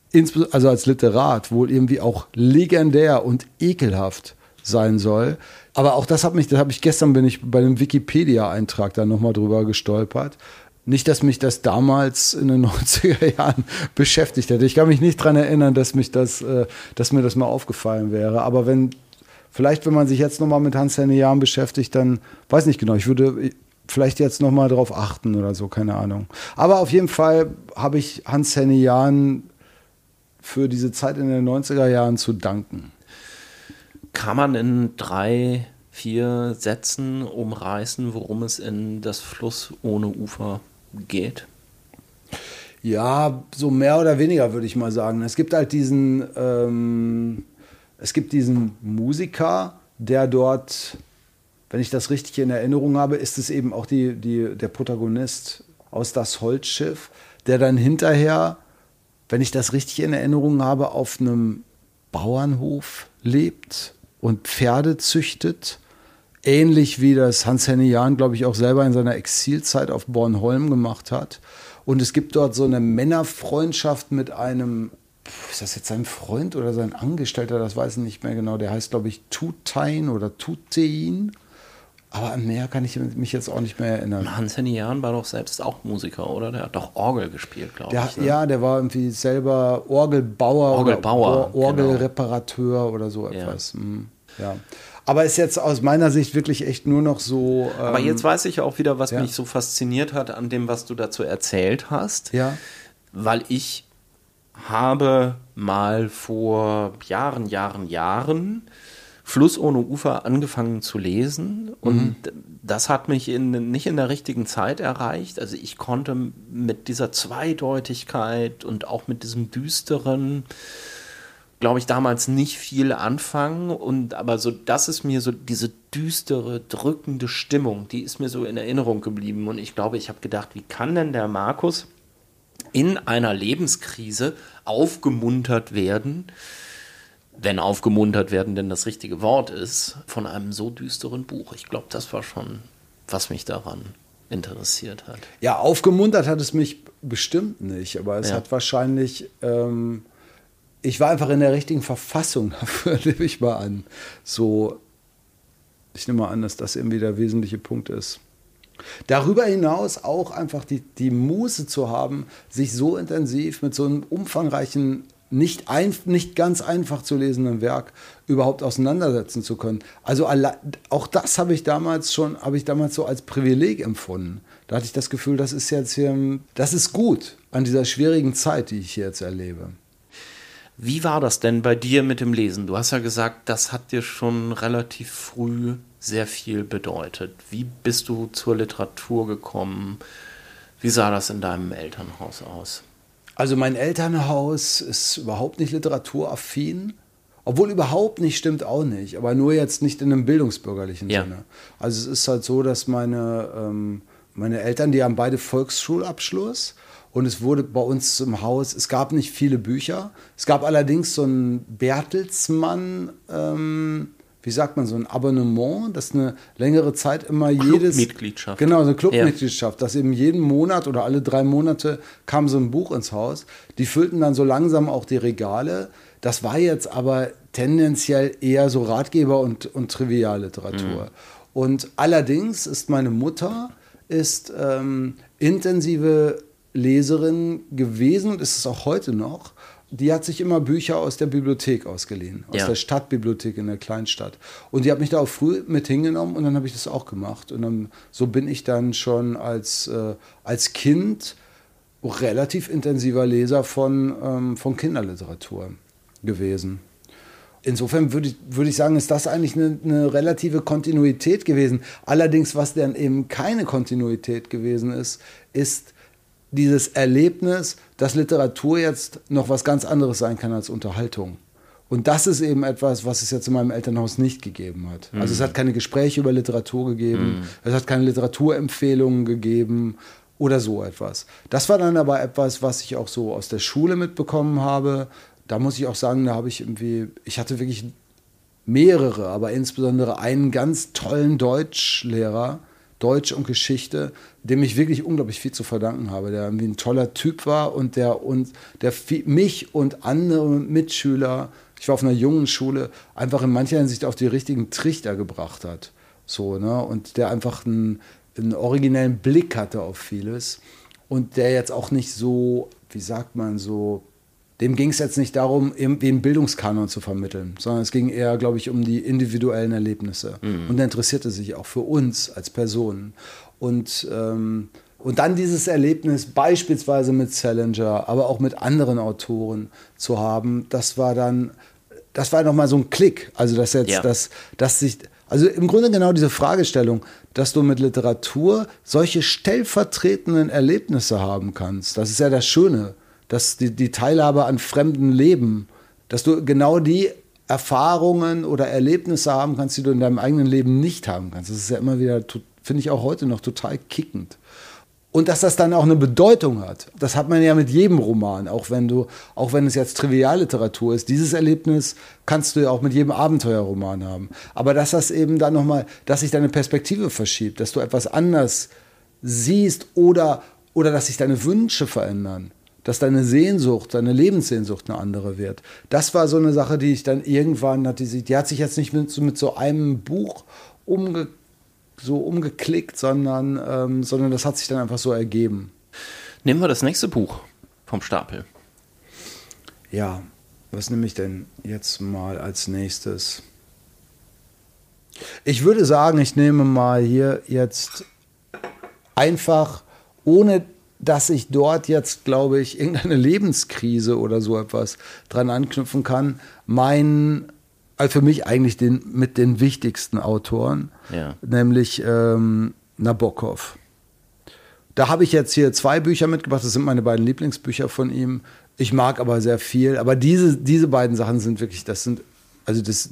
also als Literat, wohl irgendwie auch legendär und ekelhaft sein soll. Aber auch das hat mich, das habe ich gestern, bin ich bei einem Wikipedia-Eintrag da nochmal drüber gestolpert. Nicht, dass mich das damals in den neunziger Jahren beschäftigt hätte. Ich kann mich nicht daran erinnern, dass, mich das, äh, dass mir das mal aufgefallen wäre. Aber wenn, vielleicht, wenn man sich jetzt nochmal mit Hans-Henny Jahn beschäftigt, dann, weiß nicht genau, ich würde vielleicht jetzt nochmal drauf achten oder so, keine Ahnung. Aber auf jeden Fall habe ich Hans-Henny Jahn für diese Zeit in den neunziger Jahren zu danken. Kann man in drei, vier Sätzen umreißen, worum es in Das Fluss ohne Ufer geht? Ja, so mehr oder weniger würde ich mal sagen. Es gibt halt diesen, ähm, es gibt diesen Musiker, der dort, wenn ich das richtig in Erinnerung habe, ist es eben auch die, die, der Protagonist aus Das Holzschiff, der dann hinterher, wenn ich das richtig in Erinnerung habe, auf einem Bauernhof lebt und Pferde züchtet. Ähnlich wie das Hans-Henny Jahn, glaube ich, auch selber in seiner Exilzeit auf Bornholm gemacht hat. Und es gibt dort so eine Männerfreundschaft mit einem, ist das jetzt sein Freund oder sein Angestellter, das weiß ich nicht mehr genau. Der heißt, glaube ich, Tutein oder Tutein. Aber an mehr kann ich mich jetzt auch nicht mehr erinnern. Hans-Henny Jahn war doch selbst auch Musiker, oder? Der hat doch Orgel gespielt, glaube ich. Ne? Ja, der war irgendwie selber Orgelbauer, Orgelbauer, oder Orgelreparateur genau. oder so etwas. Ja. ja. Aber ist jetzt aus meiner Sicht wirklich echt nur noch so. Ähm, Aber jetzt weiß ich auch wieder, was ja. mich so fasziniert hat an dem, was du dazu erzählt hast. Ja. Weil ich habe mal vor Jahren, Jahren, Jahren Fluss ohne Ufer angefangen zu lesen und mhm. das hat mich in, nicht in der richtigen Zeit erreicht. Also ich konnte mit dieser Zweideutigkeit und auch mit diesem Düsteren, glaube ich, damals nicht viel anfangen. Und aber so, das ist mir so diese düstere, drückende Stimmung, die ist mir so in Erinnerung geblieben. Und ich glaube, ich habe gedacht, wie kann denn der Markus in einer Lebenskrise aufgemuntert werden, wenn aufgemuntert werden denn das richtige Wort ist, von einem so düsteren Buch. Ich glaube, das war schon, was mich daran interessiert hat. Ja, aufgemuntert hat es mich bestimmt nicht, aber es ja. hat wahrscheinlich, ähm, ich war einfach in der richtigen Verfassung dafür, nehme ich mal an. So, ich nehme mal an, dass das irgendwie der wesentliche Punkt ist. Darüber hinaus auch einfach die, die Muße zu haben, sich so intensiv mit so einem umfangreichen Nicht, ein, nicht ganz einfach zu lesenden Werk überhaupt auseinandersetzen zu können. Also alle, auch das habe ich damals schon, habe ich damals so als Privileg empfunden. Da hatte ich das Gefühl, das ist jetzt hier, das ist gut an dieser schwierigen Zeit, die ich hier jetzt erlebe. Wie war das denn bei dir mit dem Lesen? Du hast ja gesagt, das hat dir schon relativ früh sehr viel bedeutet. Wie bist du zur Literatur gekommen? Wie sah das in deinem Elternhaus aus? Also mein Elternhaus ist überhaupt nicht literaturaffin, obwohl überhaupt nicht stimmt auch nicht, aber nur jetzt nicht in einem bildungsbürgerlichen ja. Sinne. Also es ist halt so, dass meine, ähm, meine Eltern, die haben beide Volksschulabschluss und es wurde bei uns im Haus, es gab nicht viele Bücher, es gab allerdings so einen Bertelsmann, ähm, wie sagt man, so ein Abonnement, das eine längere Zeit immer jedes... Clubmitgliedschaft. Genau, so eine Clubmitgliedschaft, ja. dass eben jeden Monat oder alle drei Monate kam so ein Buch ins Haus. Die füllten dann so langsam auch die Regale. Das war jetzt aber tendenziell eher so Ratgeber und, und Trivialliteratur. Mhm. Und allerdings ist meine Mutter ist ähm, intensive Leserin gewesen und ist es auch heute noch. Die hat sich immer Bücher aus der Bibliothek ausgeliehen, aus ja. der Stadtbibliothek in der Kleinstadt. Und die hat mich da auch früh mit hingenommen und dann habe ich das auch gemacht. Und dann, so bin ich dann schon als, äh, als Kind relativ intensiver Leser von, ähm, von Kinderliteratur gewesen. Insofern würde ich, würde ich sagen, ist das eigentlich eine, eine relative Kontinuität gewesen. Allerdings, was dann eben keine Kontinuität gewesen ist, ist dieses Erlebnis, dass Literatur jetzt noch was ganz anderes sein kann als Unterhaltung. Und das ist eben etwas, was es jetzt in meinem Elternhaus nicht gegeben hat. Mhm. Also es hat keine Gespräche über Literatur gegeben, mhm. es hat keine Literaturempfehlungen gegeben oder so etwas. Das war dann aber etwas, was ich auch so aus der Schule mitbekommen habe. Da muss ich auch sagen, da habe ich irgendwie, ich hatte wirklich mehrere, aber insbesondere einen ganz tollen Deutschlehrer, Deutsch und Geschichte, dem ich wirklich unglaublich viel zu verdanken habe, der irgendwie ein toller Typ war und der, und der mich und andere Mitschüler, ich war auf einer jungen Schule, einfach in mancher Hinsicht auf die richtigen Trichter gebracht hat. So, ne? Und der einfach einen, einen originellen Blick hatte auf vieles und der jetzt auch nicht so, wie sagt man, so, dem ging es jetzt nicht darum, irgendwie einen Bildungskanon zu vermitteln, sondern es ging eher, glaube ich, um die individuellen Erlebnisse. Mhm. Und er interessierte sich auch für uns als Personen. Und, ähm, und dann dieses Erlebnis beispielsweise mit Salinger, aber auch mit anderen Autoren zu haben, das war dann, das war nochmal so ein Klick. Also, dass jetzt, ja. dass, dass sich, also im Grunde genau diese Fragestellung, dass du mit Literatur solche stellvertretenden Erlebnisse haben kannst. Das ist ja das Schöne. Dass die, die Teilhabe an fremden Leben, dass du genau die Erfahrungen oder Erlebnisse haben kannst, die du in deinem eigenen Leben nicht haben kannst. Das ist ja immer wieder, finde ich auch heute noch total kickend. Und dass das dann auch eine Bedeutung hat, das hat man ja mit jedem Roman, auch wenn du, auch wenn es jetzt Trivialliteratur ist. Dieses Erlebnis kannst du ja auch mit jedem Abenteuerroman haben. Aber dass das eben dann nochmal, dass sich deine Perspektive verschiebt, dass du etwas anders siehst oder, oder dass sich deine Wünsche verändern. Dass deine Sehnsucht, deine Lebenssehnsucht eine andere wird. Das war so eine Sache, die ich dann irgendwann hatte. Die, die hat sich jetzt nicht mit, mit so einem Buch umge, so umgeklickt, sondern, ähm, sondern das hat sich dann einfach so ergeben. Nehmen wir das nächste Buch vom Stapel. Ja, was nehme ich denn jetzt mal als nächstes? Ich würde sagen, ich nehme mal hier jetzt einfach ohne dass ich dort jetzt, glaube ich, irgendeine Lebenskrise oder so etwas dran anknüpfen kann. Mein, also für mich eigentlich den, mit den wichtigsten Autoren, ja. nämlich ähm, Nabokov. Da habe ich jetzt hier zwei Bücher mitgebracht, das sind meine beiden Lieblingsbücher von ihm. Ich mag aber sehr viel, aber diese, diese beiden Sachen sind wirklich, das sind, also das,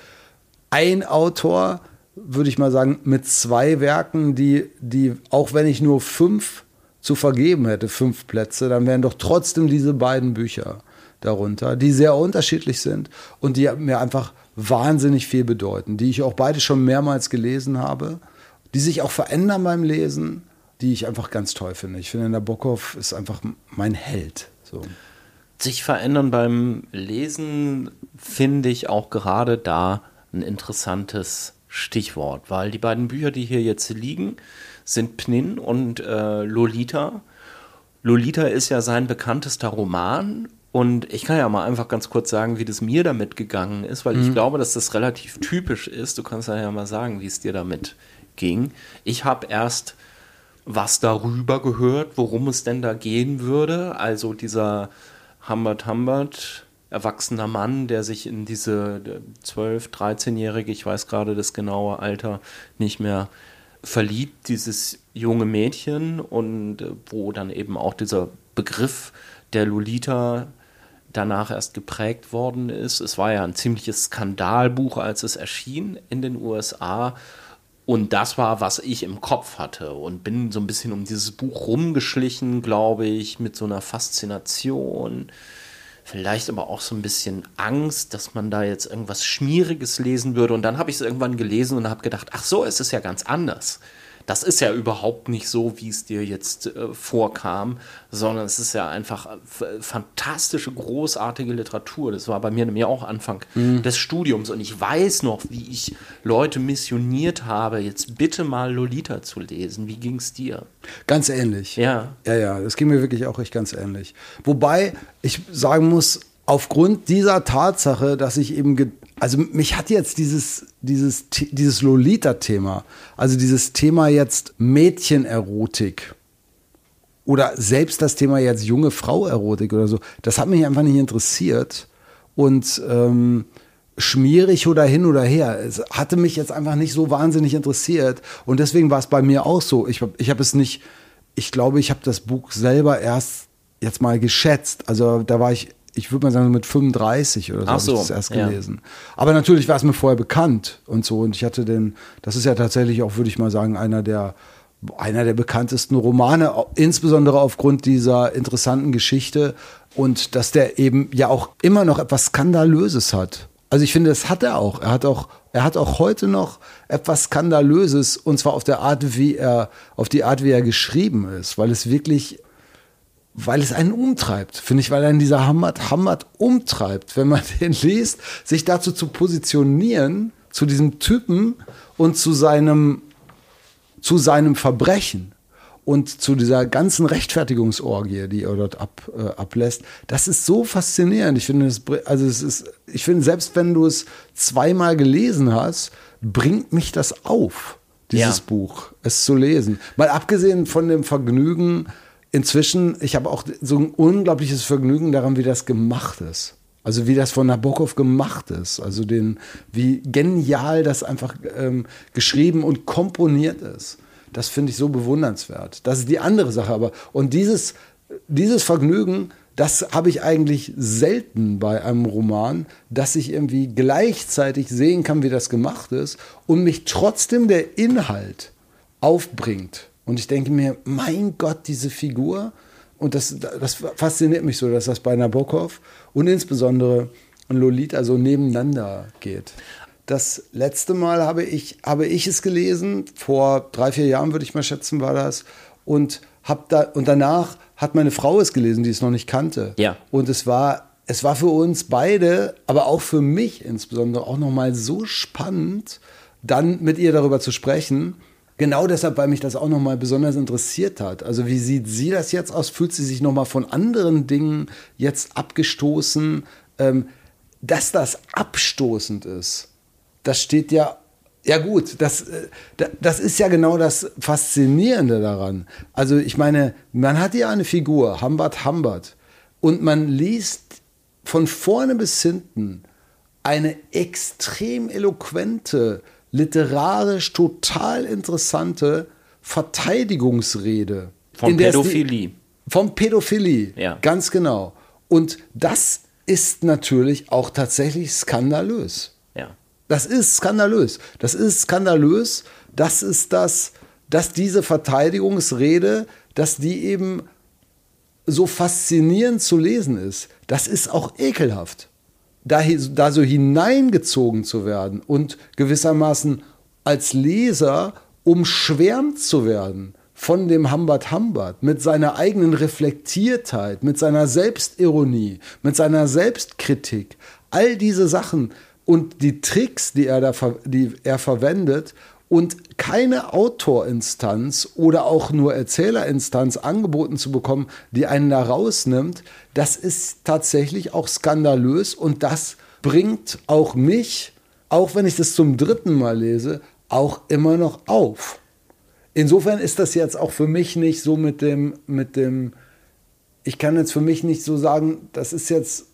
ein Autor, würde ich mal sagen, mit zwei Werken, die, die, auch wenn ich nur fünf zu vergeben hätte, fünf Plätze, dann wären doch trotzdem diese beiden Bücher darunter, die sehr unterschiedlich sind und die mir einfach wahnsinnig viel bedeuten, die ich auch beide schon mehrmals gelesen habe, die sich auch verändern beim Lesen, die ich einfach ganz toll finde. Ich finde, Nabokov ist einfach mein Held. So. Sich verändern beim Lesen finde ich auch gerade da ein interessantes Stichwort, weil die beiden Bücher, die hier jetzt liegen, sind Pnin und äh, Lolita. Lolita ist ja sein bekanntester Roman und ich kann ja mal einfach ganz kurz sagen, wie das mir damit gegangen ist, weil mhm. ich glaube, dass das relativ typisch ist. Du kannst ja mal sagen, wie es dir damit ging. Ich habe erst was darüber gehört, worum es denn da gehen würde. Also dieser Humbert Humbert, erwachsener Mann, der sich in diese zwölf-, dreizehnjährige, ich weiß gerade das genaue Alter nicht mehr, verliebt, dieses junge Mädchen und wo dann eben auch dieser Begriff der Lolita danach erst geprägt worden ist. Es war ja ein ziemliches Skandalbuch, als es erschien in den U S A und das war, was ich im Kopf hatte und bin so ein bisschen um dieses Buch rumgeschlichen, glaube ich, mit so einer Faszination, vielleicht aber auch so ein bisschen Angst, dass man da jetzt irgendwas Schmieriges lesen würde. Und dann habe ich es irgendwann gelesen und habe gedacht, ach so, es ist ja ganz anders. Das ist ja überhaupt nicht so, wie es dir jetzt äh, vorkam, sondern es ist ja einfach äh, fantastische, großartige Literatur. Das war bei mir nämlich auch Anfang mhm. des Studiums. Und ich weiß noch, wie ich Leute missioniert habe, jetzt bitte mal Lolita zu lesen. Wie ging es dir? Ganz ähnlich. Ja. Ja, ja, das ging mir wirklich auch echt ganz ähnlich. Wobei ich sagen muss, aufgrund dieser Tatsache, dass ich eben, ge- also mich hat jetzt dieses, dieses, dieses Lolita-Thema, also dieses Thema jetzt Mädchenerotik oder selbst das Thema jetzt junge Frau-Erotik oder so, das hat mich einfach nicht interessiert und ähm, schmierig oder hin oder her, es hatte mich jetzt einfach nicht so wahnsinnig interessiert und deswegen war es bei mir auch so, ich, ich habe es nicht, ich glaube, ich habe das Buch selber erst jetzt mal geschätzt, also da war ich ich würde mal sagen, mit fünfunddreißig oder so, Ach so habe ich das erst ja. gelesen. Aber natürlich war es mir vorher bekannt und so. Und ich hatte den, das ist ja tatsächlich auch, würde ich mal sagen, einer der, einer der bekanntesten Romane, insbesondere aufgrund dieser interessanten Geschichte und dass der eben ja auch immer noch etwas Skandalöses hat. Also ich finde, das hat er auch. Er hat auch, er hat auch heute noch etwas Skandalöses und zwar auf der Art, wie er, auf die Art, wie er geschrieben ist, weil es wirklich weil es einen umtreibt, finde ich, weil einen dieser Humbert Humbert umtreibt, wenn man den liest, sich dazu zu positionieren, zu diesem Typen und zu seinem, zu seinem Verbrechen und zu dieser ganzen Rechtfertigungsorgie, die er dort ab, äh, ablässt. Das ist so faszinierend. Ich finde, das, also es ist, ich finde, selbst wenn du es zweimal gelesen hast, bringt mich das auf, dieses ja. Buch, es zu lesen. Mal abgesehen von dem Vergnügen, inzwischen, ich habe auch so ein unglaubliches Vergnügen daran, wie das gemacht ist. Also wie das von Nabokov gemacht ist. Also den, wie genial das einfach ähm, geschrieben und komponiert ist. Das finde ich so bewundernswert. Das ist die andere Sache. Aber und dieses, dieses Vergnügen, das habe ich eigentlich selten bei einem Roman, dass ich irgendwie gleichzeitig sehen kann, wie das gemacht ist und mich trotzdem der Inhalt aufbringt. Und ich denke mir, mein Gott, diese Figur, und das, das fasziniert mich so, dass das bei Nabokov und insbesondere Lolita so nebeneinander geht. Das letzte Mal habe ich, habe ich es gelesen, vor drei, vier Jahren würde ich mal schätzen, war das, und, hab da, und danach hat meine Frau es gelesen, die es noch nicht kannte. Ja. Und es war, es war für uns beide, aber auch für mich insbesondere, auch nochmal so spannend, dann mit ihr darüber zu sprechen. Genau deshalb, weil mich das auch nochmal besonders interessiert hat. Also wie sieht sie das jetzt aus? Fühlt sie sich nochmal von anderen Dingen jetzt abgestoßen? Ähm, dass das abstoßend ist, das steht ja Ja gut, das, das ist ja genau das Faszinierende daran. Also ich meine, man hat hier eine Figur, Humbert Humbert, und man liest von vorne bis hinten eine extrem eloquente, literarisch total interessante Verteidigungsrede. Von Pädophilie. Von Pädophilie, ja. Ganz genau. Und das ist natürlich auch tatsächlich skandalös. Ja. Das ist skandalös. Das ist skandalös. Das ist das, dass diese Verteidigungsrede, dass die eben so faszinierend zu lesen ist. Das ist auch ekelhaft. Da, da so hineingezogen zu werden und gewissermaßen als Leser umschwärmt zu werden von dem Humbert Humbert mit seiner eigenen Reflektiertheit, mit seiner Selbstironie, mit seiner Selbstkritik. All diese Sachen und die Tricks, die er, da, die er verwendet und keine Autorinstanz oder auch nur Erzählerinstanz angeboten zu bekommen, die einen da rausnimmt, das ist tatsächlich auch skandalös und das bringt auch mich, auch wenn ich das zum dritten Mal lese, auch immer noch auf. Insofern ist das jetzt auch für mich nicht so mit dem, mit dem, ich kann jetzt für mich nicht so sagen, das ist jetzt,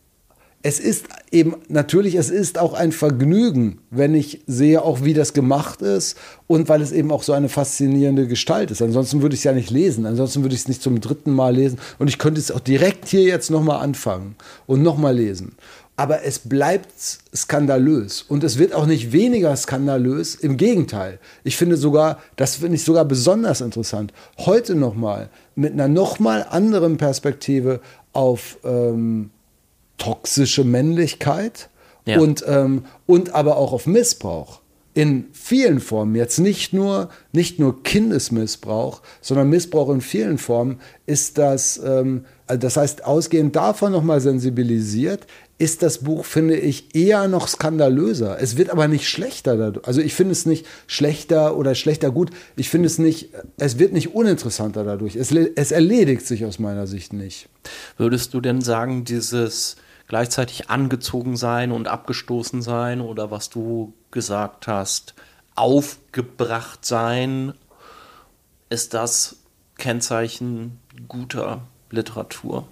es ist eben, natürlich, es ist auch ein Vergnügen, wenn ich sehe auch, wie das gemacht ist und weil es eben auch so eine faszinierende Gestalt ist. Ansonsten würde ich es ja nicht lesen, ansonsten würde ich es nicht zum dritten Mal lesen und ich könnte es auch direkt hier jetzt nochmal anfangen und nochmal lesen. Aber es bleibt skandalös und es wird auch nicht weniger skandalös, im Gegenteil. Ich finde sogar, das finde ich sogar besonders interessant, heute nochmal mit einer nochmal anderen Perspektive auf ähm, toxische Männlichkeit ja. und, ähm, und aber auch auf Missbrauch. In vielen Formen, jetzt nicht nur, nicht nur Kindesmissbrauch, sondern Missbrauch in vielen Formen ist das, ähm, das heißt, ausgehend davon nochmal sensibilisiert, ist das Buch, finde ich, eher noch skandalöser. Es wird aber nicht schlechter dadurch. Also ich finde es nicht schlechter oder schlechter gut. Ich finde es nicht, es wird nicht uninteressanter dadurch. Es, es erledigt sich aus meiner Sicht nicht. Würdest du denn sagen, dieses gleichzeitig angezogen sein und abgestoßen sein oder was du gesagt hast, aufgebracht sein, ist das Kennzeichen guter Literatur?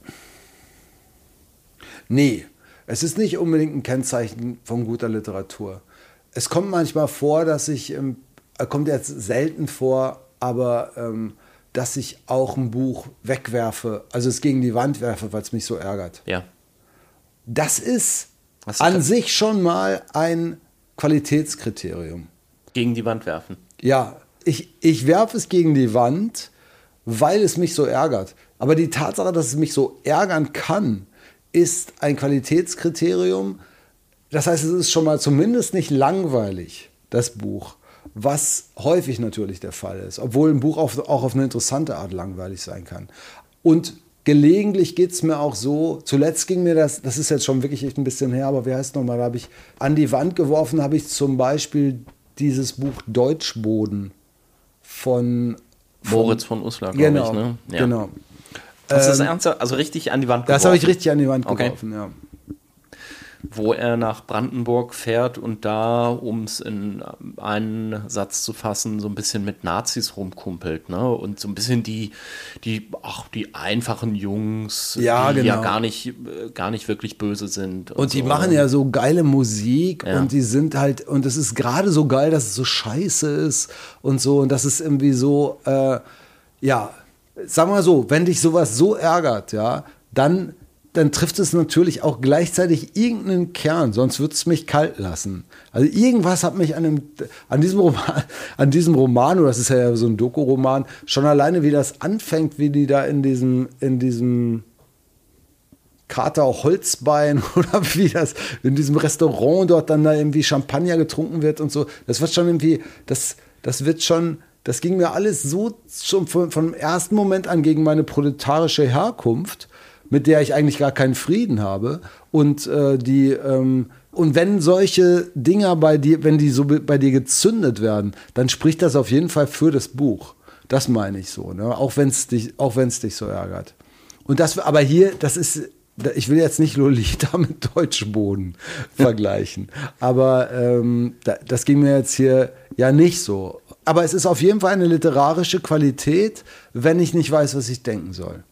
Nee, es ist nicht unbedingt ein Kennzeichen von guter Literatur. Es kommt manchmal vor, dass ich, ähm, kommt jetzt selten vor, aber ähm, dass ich auch ein Buch wegwerfe, also es gegen die Wand werfe, weil es mich so ärgert. Ja. Das ist an sich schon mal ein Qualitätskriterium. Gegen die Wand werfen? Ja, ich, ich werfe es gegen die Wand, weil es mich so ärgert. Aber die Tatsache, dass es mich so ärgern kann, ist ein Qualitätskriterium. Das heißt, es ist schon mal zumindest nicht langweilig, das Buch, was häufig natürlich der Fall ist, obwohl ein Buch auch auf eine interessante Art langweilig sein kann. Und gelegentlich geht es mir auch so, zuletzt ging mir das, das ist jetzt schon wirklich echt ein bisschen her, aber wie heißt es nochmal, da habe ich an die Wand geworfen, habe ich zum Beispiel dieses Buch Deutschboden von, von Moritz von Uslar, glaube genau, ich. Ne? Ja. Genau. Hast du das ernsthaft, also richtig an die Wand geworfen? Das habe ich richtig an die Wand okay. geworfen, ja. Wo er nach Brandenburg fährt und da, um es in einen Satz zu fassen, so ein bisschen mit Nazis rumkumpelt, ne? Und so ein bisschen die, die, ach, die einfachen Jungs, ja, die genau. ja gar nicht, gar nicht wirklich böse sind. Und, und die so. machen ja so geile Musik ja. und die sind halt, und es ist gerade so geil, dass es so scheiße ist und so, und das ist irgendwie so, äh, ja, sag mal so, wenn dich sowas so ärgert, ja, dann dann trifft es natürlich auch gleichzeitig irgendeinen Kern, sonst würde es mich kalt lassen. Also irgendwas hat mich an, dem, an, diesem Roman, an diesem Roman, oder das ist ja so ein Doku-Roman, schon alleine, wie das anfängt, wie die da in diesem, in diesem Kater Holzbein oder wie das in diesem Restaurant dort dann da irgendwie Champagner getrunken wird und so. Das wird schon irgendwie, das, das wird schon, das ging mir alles so schon von, vom ersten Moment an gegen meine proletarische Herkunft, mit der ich eigentlich gar keinen Frieden habe. Und äh, die ähm, und wenn solche Dinger bei dir, wenn die so bei dir gezündet werden, dann spricht das auf jeden Fall für das Buch. Das meine ich so, ne? Auch wenn es dich, auch wenn es dich so ärgert. Und das, aber hier, das ist ich will jetzt nicht Lolita mit Deutschboden vergleichen, aber ähm, das ging mir jetzt hier ja nicht so. Aber es ist auf jeden Fall eine literarische Qualität, wenn ich nicht weiß, was ich denken soll.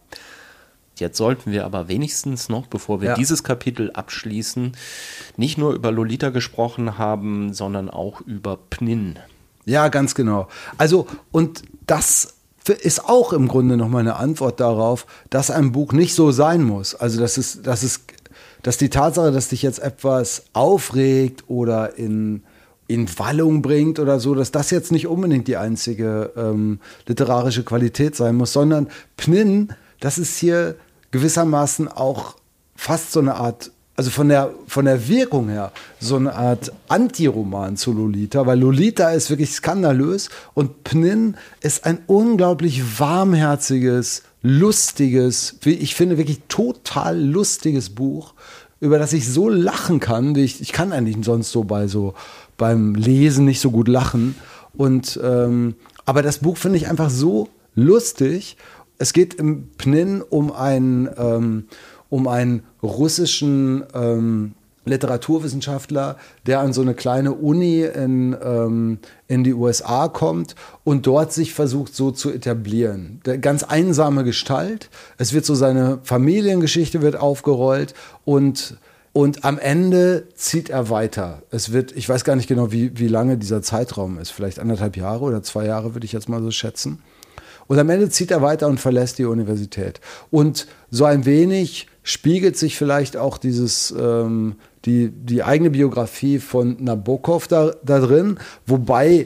Jetzt sollten wir aber wenigstens noch, bevor wir ja. dieses Kapitel abschließen, nicht nur über Lolita gesprochen haben, sondern auch über Pnin. Ja, ganz genau. Also, und das ist auch im Grunde nochmal eine Antwort darauf, dass ein Buch nicht so sein muss. Also, dass es, dass es, dass die Tatsache, dass dich jetzt etwas aufregt oder in, in Wallung bringt oder so, dass das jetzt nicht unbedingt die einzige ähm, literarische Qualität sein muss, sondern Pnin, das ist hier gewissermaßen auch fast so eine Art, also von der, von der Wirkung her, so eine Art Antiroman zu Lolita, weil Lolita ist wirklich skandalös und Pnin ist ein unglaublich warmherziges, lustiges, wie ich finde, wirklich total lustiges Buch, über das ich so lachen kann, wie ich, ich kann eigentlich sonst so bei so beim Lesen nicht so gut lachen. Und ähm, aber das Buch finde ich einfach so lustig. Es geht im Pnin um einen, ähm, um einen russischen ähm, Literaturwissenschaftler, der an so eine kleine Uni in, ähm, in die U S A kommt und dort sich versucht so zu etablieren. Der ganz einsame Gestalt. Es wird so seine Familiengeschichte wird aufgerollt und Und am Ende zieht er weiter. Es wird, ich weiß gar nicht genau, wie, wie lange dieser Zeitraum ist. Vielleicht anderthalb Jahre oder zwei Jahre, würde ich jetzt mal so schätzen. Und am Ende zieht er weiter und verlässt die Universität. Und so ein wenig spiegelt sich vielleicht auch dieses, ähm, die, die eigene Biografie von Nabokov da, da drin. Wobei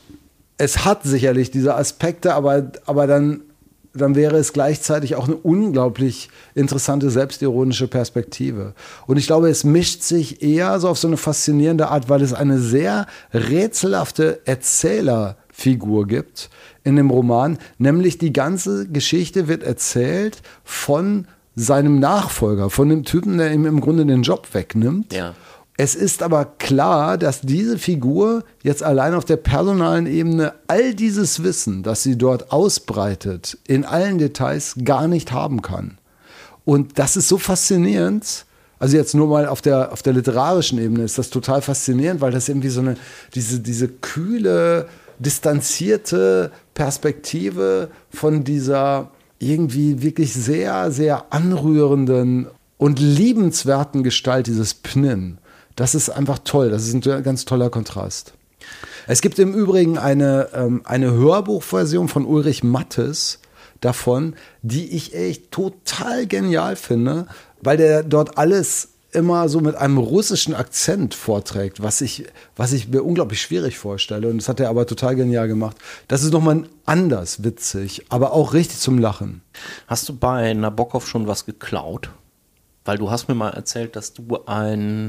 es hat sicherlich diese Aspekte, aber, aber dann, dann wäre es gleichzeitig auch eine unglaublich interessante, selbstironische Perspektive. Und ich glaube, es mischt sich eher so auf so eine faszinierende Art, weil es eine sehr rätselhafte Erzählerfigur gibt in dem Roman, nämlich die ganze Geschichte wird erzählt von seinem Nachfolger, von dem Typen, der ihm im Grunde den Job wegnimmt. Ja. Es ist aber klar, dass diese Figur jetzt allein auf der personalen Ebene all dieses Wissen, das sie dort ausbreitet, in allen Details gar nicht haben kann. Und das ist so faszinierend. Also jetzt nur mal auf der, auf der literarischen Ebene ist das total faszinierend, weil das irgendwie so eine, diese, diese kühle, distanzierte Perspektive von dieser irgendwie wirklich sehr, sehr anrührenden und liebenswerten Gestalt dieses Pnin. Das ist einfach toll. Das ist ein ganz toller Kontrast. Es gibt im Übrigen eine, ähm, eine Hörbuchversion von Ulrich Mattes davon, die ich echt total genial finde, weil der dort alles immer so mit einem russischen Akzent vorträgt, was ich, was ich mir unglaublich schwierig vorstelle. Und das hat er aber total genial gemacht. Das ist nochmal anders witzig, aber auch richtig zum Lachen. Hast du bei Nabokov schon was geklaut? Weil du hast mir mal erzählt, dass du ein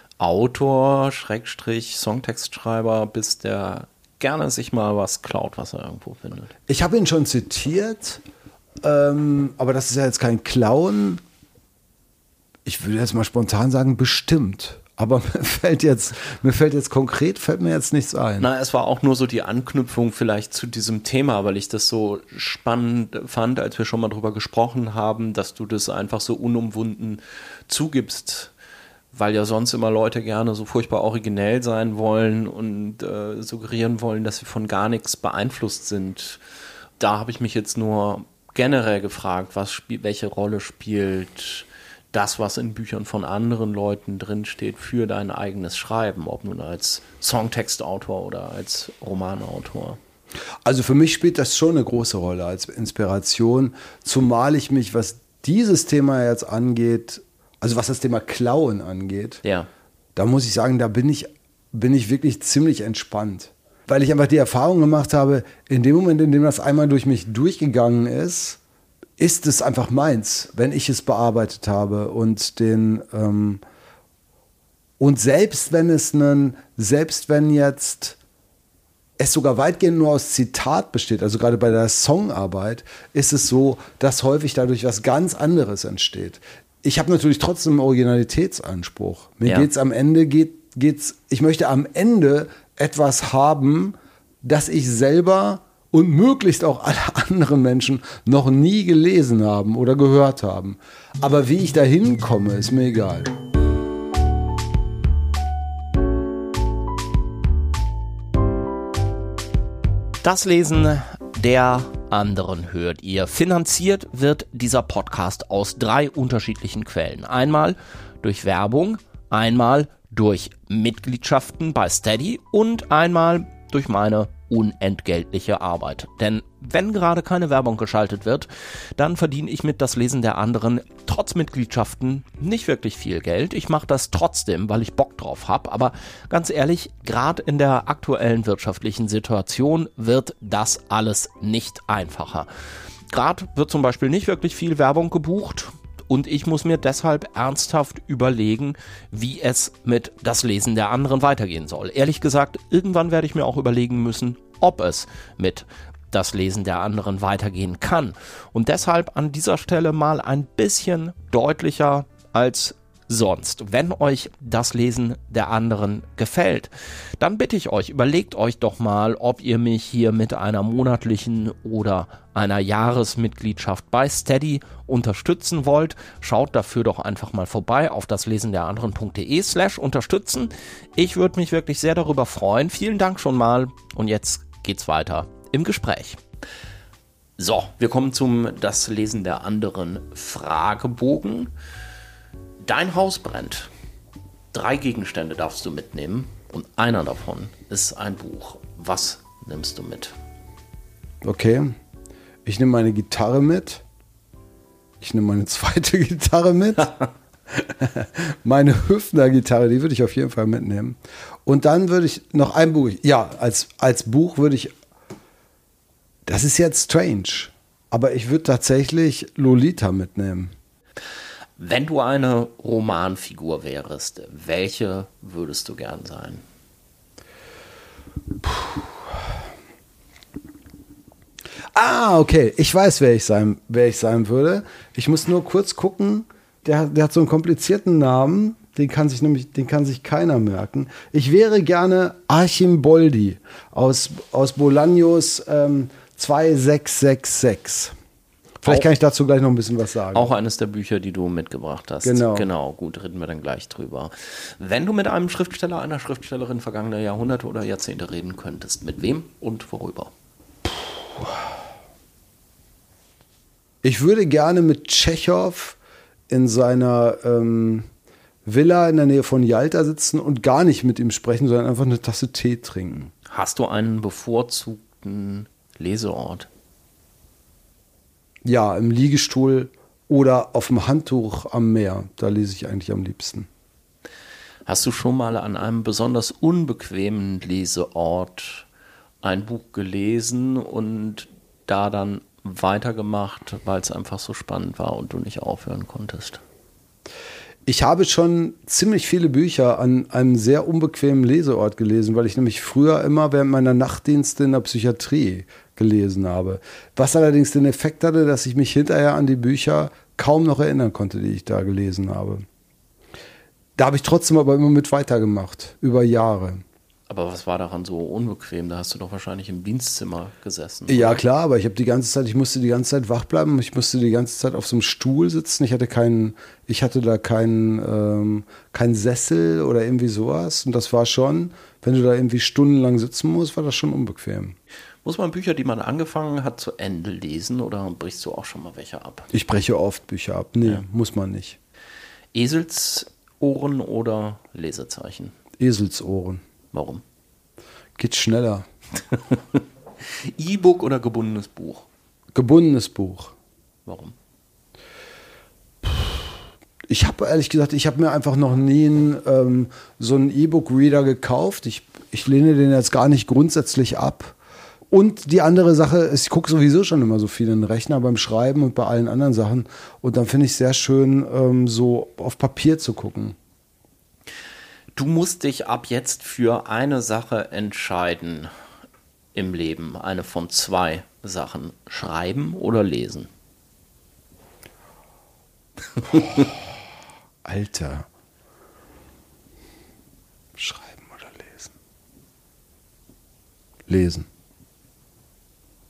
Autor, Schrägstrich, Songtextschreiber bist, der gerne sich mal was klaut, was er irgendwo findet. Ich habe ihn schon zitiert, ähm, aber das ist ja jetzt kein Klauen. Ich würde jetzt mal spontan sagen, bestimmt. Aber mir fällt jetzt, mir fällt jetzt konkret, fällt mir jetzt nichts ein. Na, es war auch nur so die Anknüpfung vielleicht zu diesem Thema, weil ich das so spannend fand, als wir schon mal drüber gesprochen haben, dass du das einfach so unumwunden zugibst, weil ja sonst immer Leute gerne so furchtbar originell sein wollen und äh, suggerieren wollen, dass sie von gar nichts beeinflusst sind. Da habe ich mich jetzt nur generell gefragt, was spiel- welche Rolle spielt das, was in Büchern von anderen Leuten drinsteht, für dein eigenes Schreiben, ob nun als Songtextautor oder als Romanautor? Also für mich spielt das schon eine große Rolle als Inspiration, zumal ich mich, was dieses Thema jetzt angeht, also was das Thema Klauen angeht, ja. Da muss ich sagen, da bin ich, bin ich wirklich ziemlich entspannt. Weil ich einfach die Erfahrung gemacht habe, in dem Moment, in dem das einmal durch mich durchgegangen ist, ist es einfach meins, wenn ich es bearbeitet habe und den ähm, und selbst wenn es einen, selbst wenn jetzt es sogar weitgehend nur aus Zitat besteht, also gerade bei der Songarbeit, ist es so, dass häufig dadurch was ganz anderes entsteht. Ich habe natürlich trotzdem einen Originalitätsanspruch. Mir ja. geht's am Ende, geht, geht's, ich möchte am Ende etwas haben, das ich selber und möglichst auch alle anderen Menschen noch nie gelesen haben oder gehört haben. Aber wie ich da hinkomme, ist mir egal. Das Lesen der anderen hört ihr. Finanziert wird dieser Podcast aus drei unterschiedlichen Quellen. Einmal durch Werbung, einmal durch Mitgliedschaften bei Steady und einmal durch meine unentgeltliche Arbeit. Denn wenn gerade keine Werbung geschaltet wird, dann verdiene ich mit das Lesen der anderen trotz Mitgliedschaften nicht wirklich viel Geld. Ich mache das trotzdem, weil ich Bock drauf habe. Aber ganz ehrlich, gerade in der aktuellen wirtschaftlichen Situation wird das alles nicht einfacher. Gerade wird zum Beispiel nicht wirklich viel Werbung gebucht. Und ich muss mir deshalb ernsthaft überlegen, wie es mit das Lesen der anderen weitergehen soll. Ehrlich gesagt, irgendwann werde ich mir auch überlegen müssen, ob es mit das Lesen der anderen weitergehen kann. Und deshalb an dieser Stelle mal ein bisschen deutlicher als sonst. Wenn euch das Lesen der anderen gefällt, dann bitte ich euch, überlegt euch doch mal, ob ihr mich hier mit einer monatlichen oder einer Jahresmitgliedschaft bei Steady unterstützen wollt. Schaut dafür doch einfach mal vorbei auf daslesenderanderen.de slash unterstützen. Ich würde mich wirklich sehr darüber freuen. Vielen Dank schon mal und jetzt geht's weiter im Gespräch. So, wir kommen zum Das Lesen der anderen Fragebogen. Dein Haus brennt. Drei Gegenstände darfst du mitnehmen und einer davon ist ein Buch. Was nimmst du mit? Okay, ich nehme meine Gitarre mit. Ich nehme meine zweite Gitarre mit. Meine Hüfner-Gitarre, die würde ich auf jeden Fall mitnehmen. Und dann würde ich noch ein Buch, ja, als, als Buch würde ich, das ist jetzt strange, aber ich würde tatsächlich Lolita mitnehmen. Wenn du eine Romanfigur wärst, welche würdest du gern sein? Puh. Ah, okay. Ich weiß, wer ich sein, wer ich sein würde. Ich muss nur kurz gucken. Der, der hat so einen komplizierten Namen. Den kann sich nämlich, den kann sich keiner merken. Ich wäre gerne Archimboldi aus, aus Bolaños ähm, zwei sechs sechs sechs. Vielleicht auch, kann ich dazu gleich noch ein bisschen was sagen. Auch eines der Bücher, die du mitgebracht hast. Genau. Genau, gut, reden wir dann gleich drüber. Wenn du mit einem Schriftsteller, einer Schriftstellerin vergangener Jahrhunderte oder Jahrzehnte reden könntest, mit wem und worüber? Ich würde gerne mit Tschechow in seiner ähm, Villa in der Nähe von Jalta sitzen und gar nicht mit ihm sprechen, sondern einfach eine Tasse Tee trinken. Hast du einen bevorzugten Leseort? Ja, im Liegestuhl oder auf dem Handtuch am Meer. Da lese ich eigentlich am liebsten. Hast du schon mal an einem besonders unbequemen Leseort ein Buch gelesen und da dann weitergemacht, weil es einfach so spannend war und du nicht aufhören konntest? Ich habe schon ziemlich viele Bücher an einem sehr unbequemen Leseort gelesen, weil ich nämlich früher immer während meiner Nachtdienste in der Psychiatrie gelesen habe. Was allerdings den Effekt hatte, dass ich mich hinterher an die Bücher kaum noch erinnern konnte, die ich da gelesen habe. Da habe ich trotzdem aber immer mit weitergemacht, über Jahre. Aber was war daran so unbequem? Da hast du doch wahrscheinlich im Dienstzimmer gesessen. Ja, oder? Klar, aber ich habe die ganze Zeit, ich musste die ganze Zeit wach bleiben, ich musste die ganze Zeit auf so einem Stuhl sitzen. Ich hatte keinen, ich hatte da keinen, ähm, keinen Sessel oder irgendwie sowas. Und das war schon, wenn du da irgendwie stundenlang sitzen musst, war das schon unbequem. Muss man Bücher, die man angefangen hat, zu Ende lesen oder brichst du auch schon mal welche ab? Ich breche oft Bücher ab. Nee, ja. Muss man nicht. Eselsohren oder Lesezeichen? Eselsohren. Warum? Geht schneller. E-Book oder gebundenes Buch? Gebundenes Buch. Warum? Ich habe ehrlich gesagt, ich habe mir einfach noch nie einen, ähm, so einen E-Book-Reader gekauft. Ich, ich lehne den jetzt gar nicht grundsätzlich ab. Und die andere Sache ist, ich gucke sowieso schon immer so viel in den Rechner beim Schreiben und bei allen anderen Sachen. Und dann finde ich es sehr schön, ähm, so auf Papier zu gucken. Du musst dich ab jetzt für eine Sache entscheiden im Leben. Eine von zwei Sachen. Schreiben oder lesen? Alter. Schreiben oder lesen? Lesen.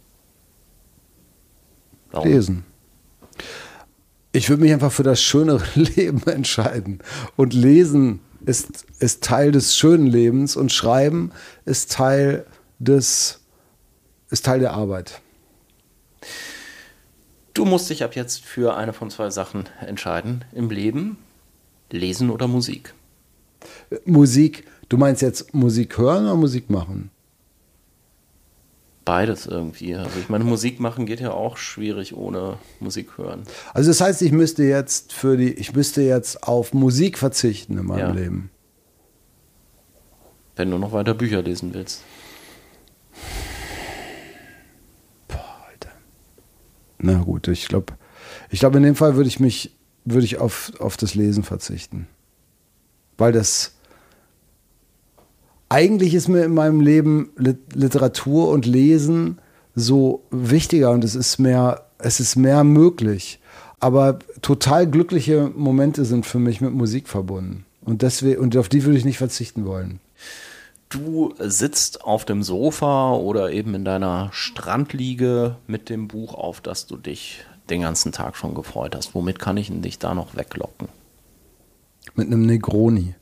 Warum? Lesen. Ich würde mich einfach für das schönere Leben entscheiden. Und Lesen ist, ist Teil des schönen Lebens und Schreiben ist Teil des, ist Teil der Arbeit. Du musst dich ab jetzt für eine von zwei Sachen entscheiden im Leben. Lesen oder Musik? Musik, du meinst jetzt Musik hören oder Musik machen? Beides irgendwie. Also ich meine, Musik machen geht ja auch schwierig ohne Musik hören. Also das heißt, ich müsste jetzt für die, ich müsste jetzt auf Musik verzichten in meinem Ja. Leben. Wenn du noch weiter Bücher lesen willst. Boah, Alter. Na gut, ich glaube, ich glaube in dem Fall würde ich mich, würde ich auf, auf das Lesen verzichten. Weil das eigentlich ist mir in meinem Leben Literatur und Lesen so wichtiger und es ist mehr, es ist mehr möglich. Aber total glückliche Momente sind für mich mit Musik verbunden. Und deswegen, und auf die würde ich nicht verzichten wollen. Du sitzt auf dem Sofa oder eben in deiner Strandliege mit dem Buch, auf das du dich den ganzen Tag schon gefreut hast. Womit kann ich denn dich da noch weglocken? Mit einem Negroni.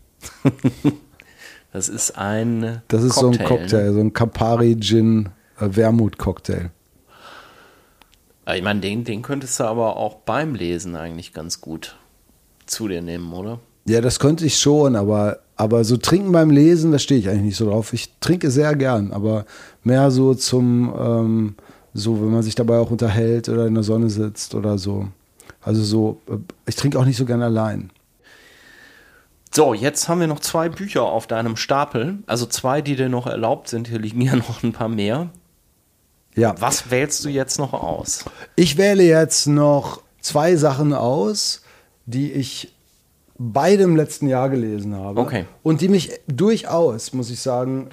Das ist ein Das ist Cocktail, so ein Cocktail, ne? so ein Campari Gin äh, Wermut-Cocktail. Ich meine, den, den könntest du aber auch beim Lesen eigentlich ganz gut zu dir nehmen, oder? Ja, das könnte ich schon, aber, aber so trinken beim Lesen, da stehe ich eigentlich nicht so drauf. Ich trinke sehr gern, aber mehr so zum, ähm, so wenn man sich dabei auch unterhält oder in der Sonne sitzt oder so. Also so, äh, ich trinke auch nicht so gern allein. So, jetzt haben wir noch zwei Bücher auf deinem Stapel. Also zwei, die dir noch erlaubt sind. Hier liegen ja noch ein paar mehr. Ja. Was wählst du jetzt noch aus? Ich wähle jetzt noch zwei Sachen aus, die ich beide im letzten Jahr gelesen habe. Okay. Und die mich durchaus, muss ich sagen,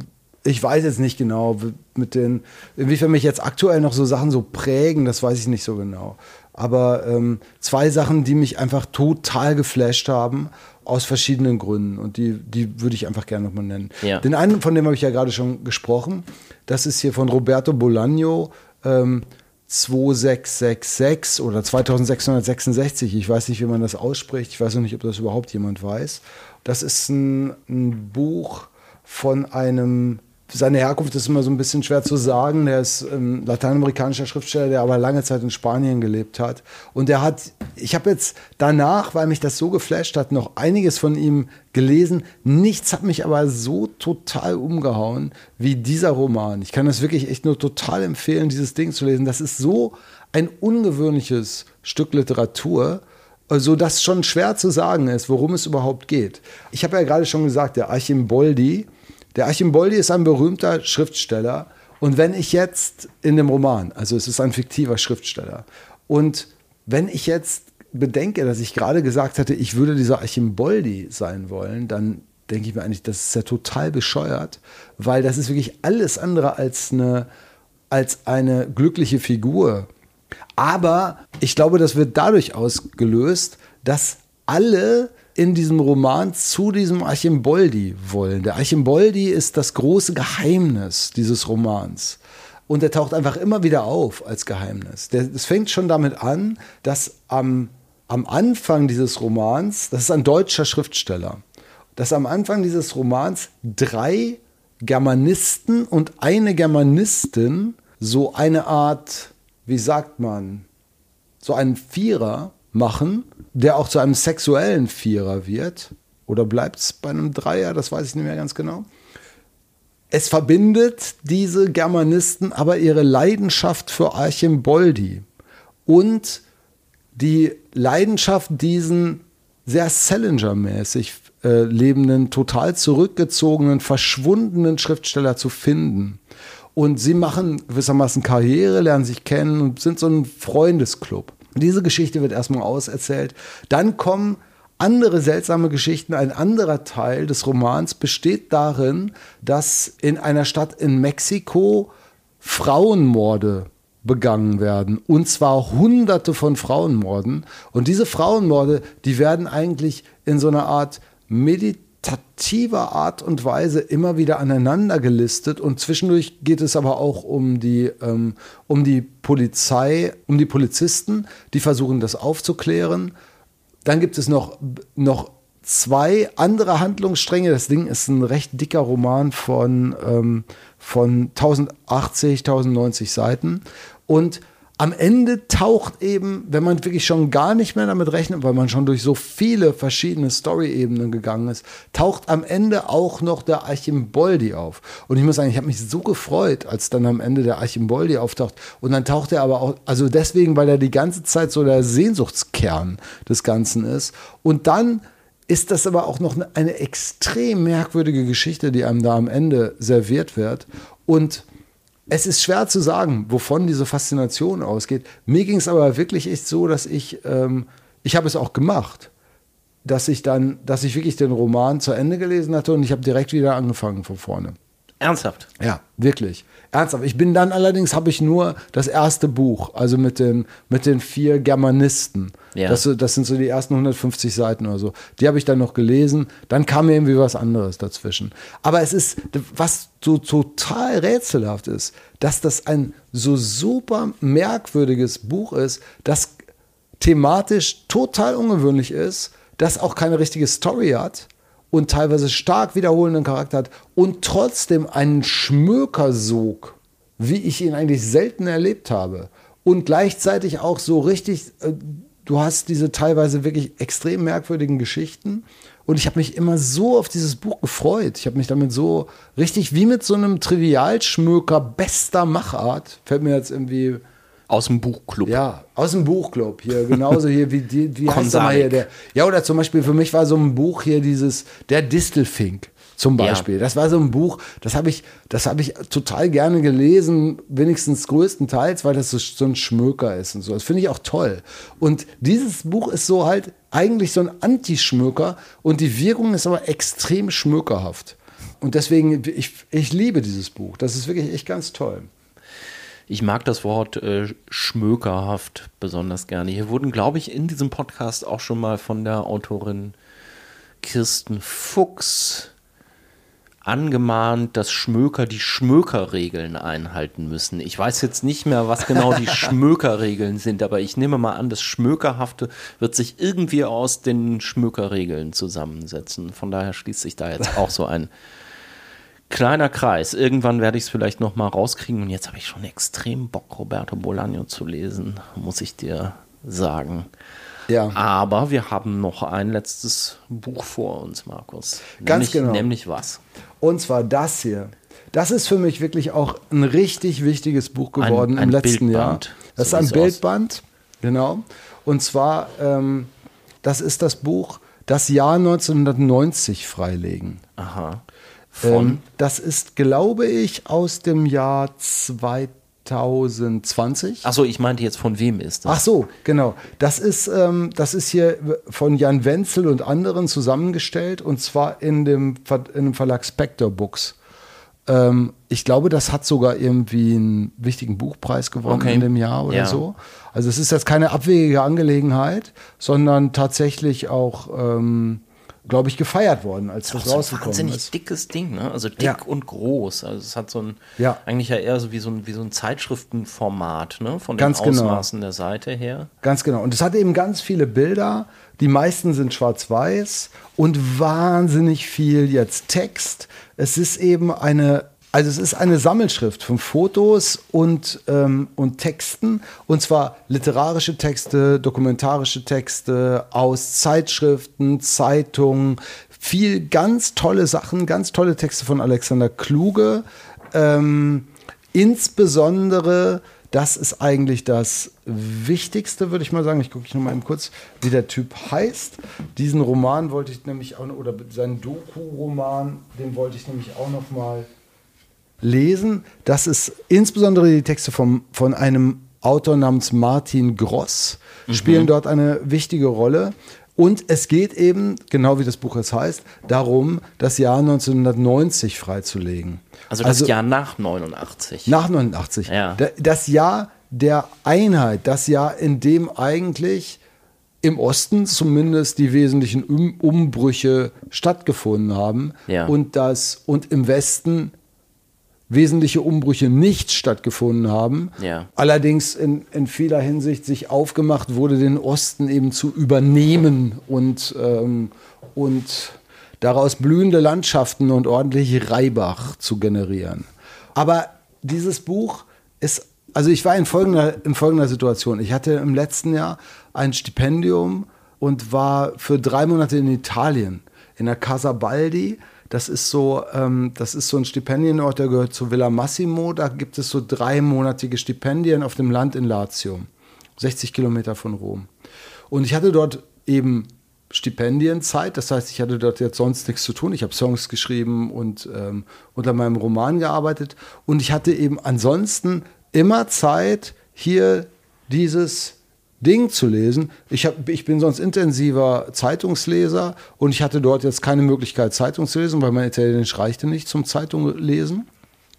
ich weiß jetzt nicht genau, mit den, inwiefern mich jetzt aktuell noch so Sachen so prägen, das weiß ich nicht so genau. Aber ähm, zwei Sachen, die mich einfach total geflasht haben, aus verschiedenen Gründen. Und die, die würde ich einfach gerne nochmal nennen. Ja. Den einen, von dem habe ich ja gerade schon gesprochen, das ist hier von Roberto Bolaño, ähm, sechsundzwanzig sechsundsechzig oder zweitausendsechshundertsechsundsechzig. Ich weiß nicht, wie man das ausspricht. Ich weiß noch nicht, ob das überhaupt jemand weiß. Das ist ein, ein Buch von einem, seine Herkunft ist immer so ein bisschen schwer zu sagen. Der ist ein lateinamerikanischer Schriftsteller, der aber lange Zeit in Spanien gelebt hat. Und der hat, ich habe jetzt danach, weil mich das so geflasht hat, noch einiges von ihm gelesen. Nichts hat mich aber so total umgehauen wie dieser Roman. Ich kann das wirklich echt nur total empfehlen, dieses Ding zu lesen. Das ist so ein ungewöhnliches Stück Literatur, so dass schon schwer zu sagen ist, worum es überhaupt geht. Ich habe ja gerade schon gesagt, der Archimboldi, Der Archimboldi ist ein berühmter Schriftsteller und wenn ich jetzt in dem Roman, also es ist ein fiktiver Schriftsteller und wenn ich jetzt bedenke, dass ich gerade gesagt hatte, ich würde dieser Archimboldi sein wollen, dann denke ich mir eigentlich, das ist ja total bescheuert, weil das ist wirklich alles andere als eine, als eine glückliche Figur. Aber ich glaube, das wird dadurch ausgelöst, dass alle in diesem Roman zu diesem Archimboldi wollen. Der Archimboldi ist das große Geheimnis dieses Romans. Und er taucht einfach immer wieder auf als Geheimnis. Es fängt schon damit an, dass am, am Anfang dieses Romans, das ist ein deutscher Schriftsteller, dass am Anfang dieses Romans drei Germanisten und eine Germanistin so eine Art, wie sagt man, so einen Vierer machen, der auch zu einem sexuellen Vierer wird. Oder bleibt es bei einem Dreier? Das weiß ich nicht mehr ganz genau. Es verbindet diese Germanisten aber ihre Leidenschaft für Archimboldi und die Leidenschaft, diesen sehr Salinger-mäßig äh, lebenden, total zurückgezogenen, verschwundenen Schriftsteller zu finden. Und sie machen gewissermaßen Karriere, lernen sich kennen und sind so ein Freundesclub. Diese Geschichte wird erstmal auserzählt. Dann kommen andere seltsame Geschichten. Ein anderer Teil des Romans besteht darin, dass in einer Stadt in Mexiko Frauenmorde begangen werden. Und zwar hunderte von Frauenmorden. Und diese Frauenmorde, die werden eigentlich in so einer Art Medit- qualitativer Art und Weise immer wieder aneinander gelistet und zwischendurch geht es aber auch um die, ähm, um die Polizei, um die Polizisten, die versuchen, das aufzuklären. Dann gibt es noch, noch zwei andere Handlungsstränge. Das Ding ist ein recht dicker Roman von, ähm, von tausendachtzig, tausendneunzig Seiten. Und am Ende taucht eben, wenn man wirklich schon gar nicht mehr damit rechnet, weil man schon durch so viele verschiedene Story-Ebenen gegangen ist, taucht am Ende auch noch der Archimboldi auf. Und ich muss sagen, ich habe mich so gefreut, als dann am Ende der Archimboldi auftaucht. Und dann taucht er aber auch, also deswegen, weil er die ganze Zeit so der Sehnsuchtskern des Ganzen ist. Und dann ist das aber auch noch eine, eine extrem merkwürdige Geschichte, die einem da am Ende serviert wird. Und es ist schwer zu sagen, wovon diese Faszination ausgeht. Mir ging es aber wirklich echt so, dass ich, ähm, ich habe es auch gemacht, dass ich dann, dass ich wirklich den Roman zu Ende gelesen hatte und ich habe direkt wieder angefangen von vorne. Ernsthaft? Ja, wirklich. Ernsthaft. Ich bin dann allerdings, habe ich nur das erste Buch, also mit den, mit den vier Germanisten. Ja. Das, das sind so die ersten hundertfünfzig Seiten oder so. Die habe ich dann noch gelesen. Dann kam mir irgendwie was anderes dazwischen. Aber es ist, was so total rätselhaft ist, dass das ein so super merkwürdiges Buch ist, das thematisch total ungewöhnlich ist, das auch keine richtige Story hat und teilweise stark wiederholenden Charakter hat und trotzdem einen Schmökersog, wie ich ihn eigentlich selten erlebt habe. Und gleichzeitig auch so richtig, äh, du hast diese teilweise wirklich extrem merkwürdigen Geschichten und ich habe mich immer so auf dieses Buch gefreut. Ich habe mich damit so richtig wie mit so einem Trivialschmöker bester Machart, fällt mir jetzt irgendwie... Aus dem Buchclub. Ja, aus dem Buchclub hier, genauso hier wie die, wie heißt mal hier der? Ja, oder zum Beispiel für mich war so ein Buch hier dieses, der Distelfink zum Beispiel. Ja. Das war so ein Buch, das habe ich, das habe ich total gerne gelesen, wenigstens größtenteils, weil das so, so ein Schmöker ist und so. Das finde ich auch toll. Und dieses Buch ist so halt eigentlich so ein Anti-Schmöker und die Wirkung ist aber extrem schmökerhaft. Und deswegen, ich, ich liebe dieses Buch. Das ist wirklich echt ganz toll. Ich mag das Wort äh, schmökerhaft besonders gerne. Hier wurden, glaube ich, in diesem Podcast auch schon mal von der Autorin Kirsten Fuchs angemahnt, dass Schmöker die Schmökerregeln einhalten müssen. Ich weiß jetzt nicht mehr, was genau die Schmökerregeln sind, aber ich nehme mal an, das Schmökerhafte wird sich irgendwie aus den Schmökerregeln zusammensetzen. Von daher schließt sich da jetzt auch so ein kleiner Kreis. Irgendwann werde ich es vielleicht noch mal rauskriegen. Und jetzt habe ich schon extrem Bock, Roberto Bolaño zu lesen, muss ich dir sagen. Ja. Aber wir haben noch ein letztes Buch vor uns, Markus. Ganz nämlich, genau. Nämlich was? Und zwar das hier. Das ist für mich wirklich auch ein richtig wichtiges Buch geworden ein, ein im letzten Bildband, Jahr. Das so ist ein Bildband, genau. Und zwar, ähm, das ist das Buch Das Jahr neunzehnhundertneunzig freilegen. Aha. Von? Ähm, das ist, glaube ich, aus dem Jahr zweitausendzwanzig. Achso, ich meinte jetzt, von wem ist das? Ach so, genau. Das ist, ähm, das ist hier von Jan Wenzel und anderen zusammengestellt und zwar in dem, Ver- in dem Verlag Spectre Books. Ähm, ich glaube, das hat sogar irgendwie einen wichtigen Buchpreis gewonnen Okay. in dem Jahr oder Ja. so. Also es ist jetzt keine abwegige Angelegenheit, sondern tatsächlich auch... Ähm, glaube ich, gefeiert worden, als das, das ist rausgekommen ein wahnsinnig ist. dickes Ding, ne? Also dick Ja. und groß. Also es hat so ein, Ja. eigentlich ja eher so wie so ein, wie so ein Zeitschriftenformat, ne? Von den Ganz genau. Ausmaßen der Seite her. Ganz genau. Und es hat eben ganz viele Bilder. Die meisten sind schwarz-weiß und wahnsinnig viel jetzt Text. Es ist eben eine, also es ist eine Sammelschrift von Fotos und, ähm, und Texten. Und zwar literarische Texte, dokumentarische Texte aus Zeitschriften, Zeitungen. Viel ganz tolle Sachen, ganz tolle Texte von Alexander Kluge. Ähm, insbesondere, das ist eigentlich das Wichtigste, würde ich mal sagen. Ich gucke noch mal eben kurz, wie der Typ heißt. Diesen Roman wollte ich nämlich auch, oder seinen Doku-Roman, den wollte ich nämlich auch noch mal lesen. Das ist insbesondere die Texte vom, von einem Autor namens Martin Gross, spielen mhm. dort eine wichtige Rolle. Und es geht eben, genau wie das Buch jetzt heißt, darum, das Jahr neunzehnhundertneunzig freizulegen. Also das also, Jahr nach neunundachtzig. Nach neunundachtzig. Ja. Das Jahr der Einheit, das Jahr, in dem eigentlich im Osten zumindest die wesentlichen um Umbrüche stattgefunden haben ja. und, das, und im Westen wesentliche Umbrüche nicht stattgefunden haben. Ja. Allerdings in, in vieler Hinsicht sich aufgemacht wurde, den Osten eben zu übernehmen und, ähm, und daraus blühende Landschaften und ordentlich Reibach zu generieren. Aber dieses Buch ist, also ich war in folgender, in folgender Situation. Ich hatte im letzten Jahr ein Stipendium und war für drei Monate in Italien, in der Casa Baldi. Das ist so, ähm, das ist so ein Stipendienort, der gehört zu Villa Massimo. Da gibt es so dreimonatige Stipendien auf dem Land in Latium, sechzig Kilometer von Rom. Und ich hatte dort eben Stipendienzeit, das heißt, ich hatte dort jetzt sonst nichts zu tun. Ich habe Songs geschrieben und ähm, unter meinem Roman gearbeitet. Und ich hatte eben ansonsten immer Zeit, hier dieses Ding zu lesen. Ich, hab, ich bin sonst intensiver Zeitungsleser und ich hatte dort jetzt keine Möglichkeit, Zeitung zu lesen, weil mein Italienisch reichte nicht zum Zeitung lesen.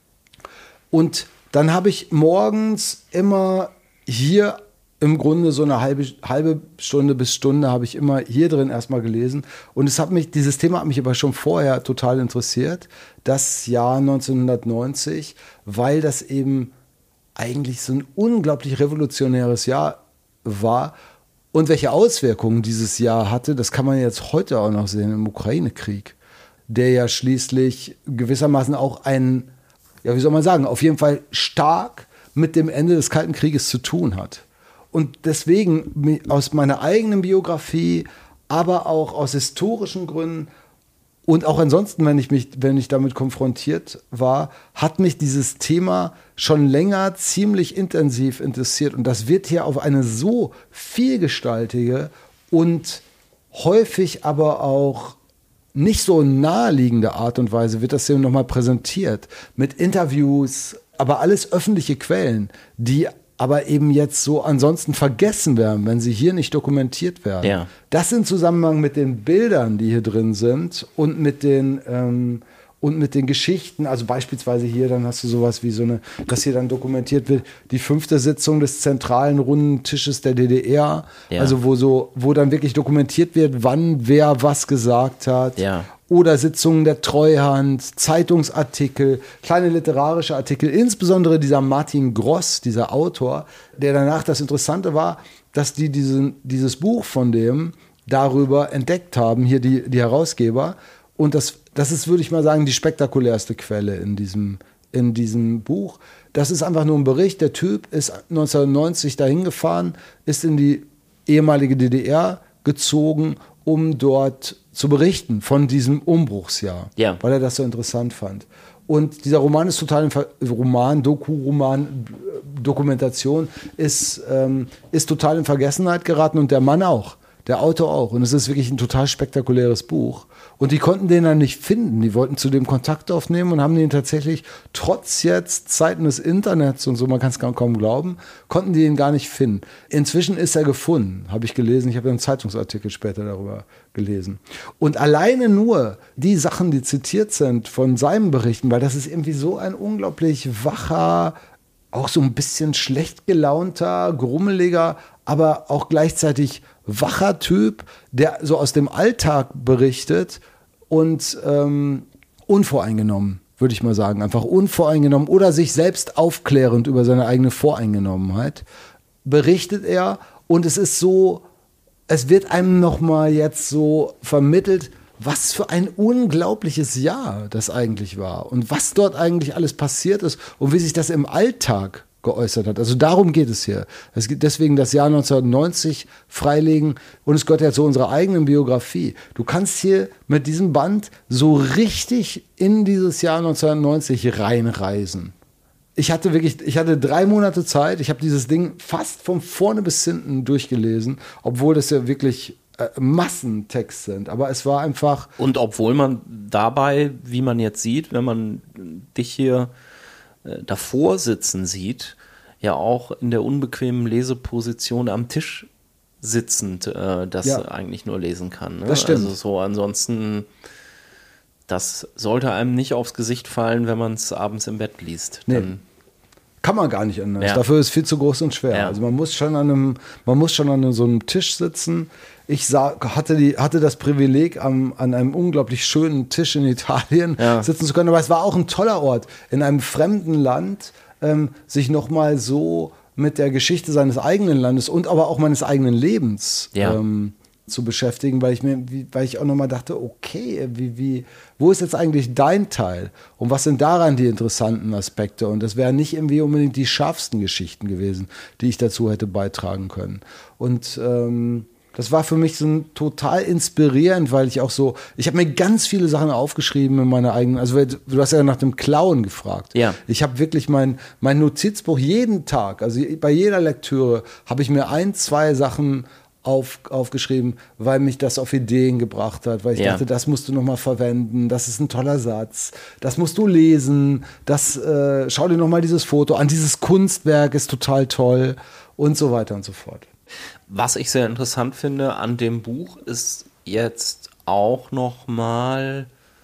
Und dann habe ich morgens immer hier im Grunde so eine halbe, halbe Stunde bis Stunde habe ich immer hier drin erstmal gelesen. Und es hat mich, dieses Thema hat mich aber schon vorher total interessiert, das Jahr neunzehnhundertneunzig, weil das eben eigentlich so ein unglaublich revolutionäres Jahr war. Und welche Auswirkungen dieses Jahr hatte, das kann man jetzt heute auch noch sehen im Ukraine-Krieg, der ja schließlich gewissermaßen auch ein, ja wie soll man sagen, auf jeden Fall stark mit dem Ende des Kalten Krieges zu tun hat. Und deswegen aus meiner eigenen Biografie, aber auch aus historischen Gründen und auch ansonsten, wenn ich mich, wenn ich damit konfrontiert war, hat mich dieses Thema schon länger ziemlich intensiv interessiert. Und das wird hier auf eine so vielgestaltige und häufig aber auch nicht so naheliegende Art und Weise wird das hier nochmal präsentiert. Mit Interviews, aber alles öffentliche Quellen, die aber eben jetzt so ansonsten vergessen werden, wenn sie hier nicht dokumentiert werden. Ja. Das in Zusammenhang mit den Bildern, die hier drin sind und mit den ähm, und mit den Geschichten, also beispielsweise hier, dann hast du sowas wie so eine, dass hier dann dokumentiert wird, die fünfte Sitzung des zentralen runden Tisches der D D R, ja. also wo so, wo dann wirklich dokumentiert wird, wann wer was gesagt hat. Ja. Oder Sitzungen der Treuhand, Zeitungsartikel, kleine literarische Artikel, insbesondere dieser Martin Gross, dieser Autor, der danach, das Interessante war, dass die diesen, dieses Buch von dem darüber entdeckt haben, hier die, die Herausgeber. Und das, das ist, würde ich mal sagen, die spektakulärste Quelle in diesem, in diesem Buch. Das ist einfach nur ein Bericht. Der Typ ist neunzehnhundertneunzig dahin gefahren, ist in die ehemalige D D R gezogen, um dort zu berichten von diesem Umbruchsjahr, ja. weil er das so interessant fand. Und dieser Roman ist total ein Ver Roman, Doku-Roman, Dokumentation ist, ähm, ist total in Vergessenheit geraten und der Mann auch, der Autor auch. Und es ist wirklich ein total spektakuläres Buch. Und die konnten den dann nicht finden. Die wollten zu dem Kontakt aufnehmen und haben den tatsächlich, trotz jetzt Zeiten des Internets und so, man kann es kaum glauben, konnten die ihn gar nicht finden. Inzwischen ist er gefunden, habe ich gelesen. Ich habe einen Zeitungsartikel später darüber gelesen. Und alleine nur die Sachen, die zitiert sind von seinen Berichten, weil das ist irgendwie so ein unglaublich wacher, auch so ein bisschen schlecht gelaunter, grummeliger, aber auch gleichzeitig wacher Typ, der so aus dem Alltag berichtet und ähm, unvoreingenommen, würde ich mal sagen. Einfach unvoreingenommen oder sich selbst aufklärend über seine eigene Voreingenommenheit berichtet er. Und es ist so, es wird einem nochmal jetzt so vermittelt, was für ein unglaubliches Jahr das eigentlich war und was dort eigentlich alles passiert ist und wie sich das im Alltag geäußert hat. Also darum geht es hier. Es geht deswegen das Jahr neunzehnhundertneunzig freilegen und es gehört ja zu unserer eigenen Biografie. Du kannst hier mit diesem Band so richtig in dieses Jahr neunzehnhundertneunzig reinreisen. Ich hatte wirklich, ich hatte drei Monate Zeit, ich habe dieses Ding fast von vorne bis hinten durchgelesen, obwohl das ja wirklich äh, Massentext sind. Aber es war einfach... Und obwohl man dabei, wie man jetzt sieht, wenn man dich hier davor sitzen sieht, ja auch in der unbequemen Leseposition am Tisch sitzend äh, das ja. eigentlich nur lesen kann. Ne? Das stimmt. Also so ansonsten, das sollte einem nicht aufs Gesicht fallen, wenn man es abends im Bett liest. Nee. Dann kann man gar nicht anders. Ja. Dafür ist es viel zu groß und schwer. Ja. Also man muss schon an einem, man muss schon an so einem Tisch sitzen. Ich sah, hatte, die, hatte das Privileg, am, an einem unglaublich schönen Tisch in Italien ja. sitzen zu können. Aber es war auch ein toller Ort, in einem fremden Land ähm, sich nochmal so mit der Geschichte seines eigenen Landes und aber auch meines eigenen Lebens ja. ähm, zu beschäftigen, weil ich mir, wie, weil ich auch nochmal dachte, okay, wie, wie, wo ist jetzt eigentlich dein Teil? Und was sind daran die interessanten Aspekte? Und das wären nicht irgendwie unbedingt die schärfsten Geschichten gewesen, die ich dazu hätte beitragen können. Und ähm, das war für mich so ein, total inspirierend, weil ich auch so, ich habe mir ganz viele Sachen aufgeschrieben in meiner eigenen, also du hast ja nach dem Klauen gefragt. Ja. Ich habe wirklich mein, mein Notizbuch jeden Tag, also bei jeder Lektüre habe ich mir ein, zwei Sachen auf, aufgeschrieben, weil mich das auf Ideen gebracht hat, weil ich ja. dachte, das musst du nochmal verwenden, das ist ein toller Satz, das musst du lesen, das, äh, schau dir nochmal dieses Foto an, dieses Kunstwerk ist total toll und so weiter und so fort. Was ich sehr interessant finde an dem Buch ist jetzt auch nochmal,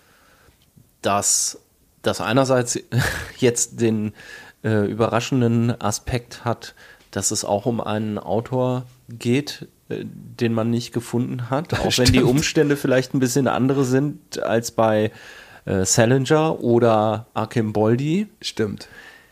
dass das einerseits jetzt den äh, überraschenden Aspekt hat, dass es auch um einen Autor geht, äh, den man nicht gefunden hat, auch wenn die Umstände vielleicht ein bisschen andere sind als bei äh, Salinger oder Arcimboldi. Stimmt.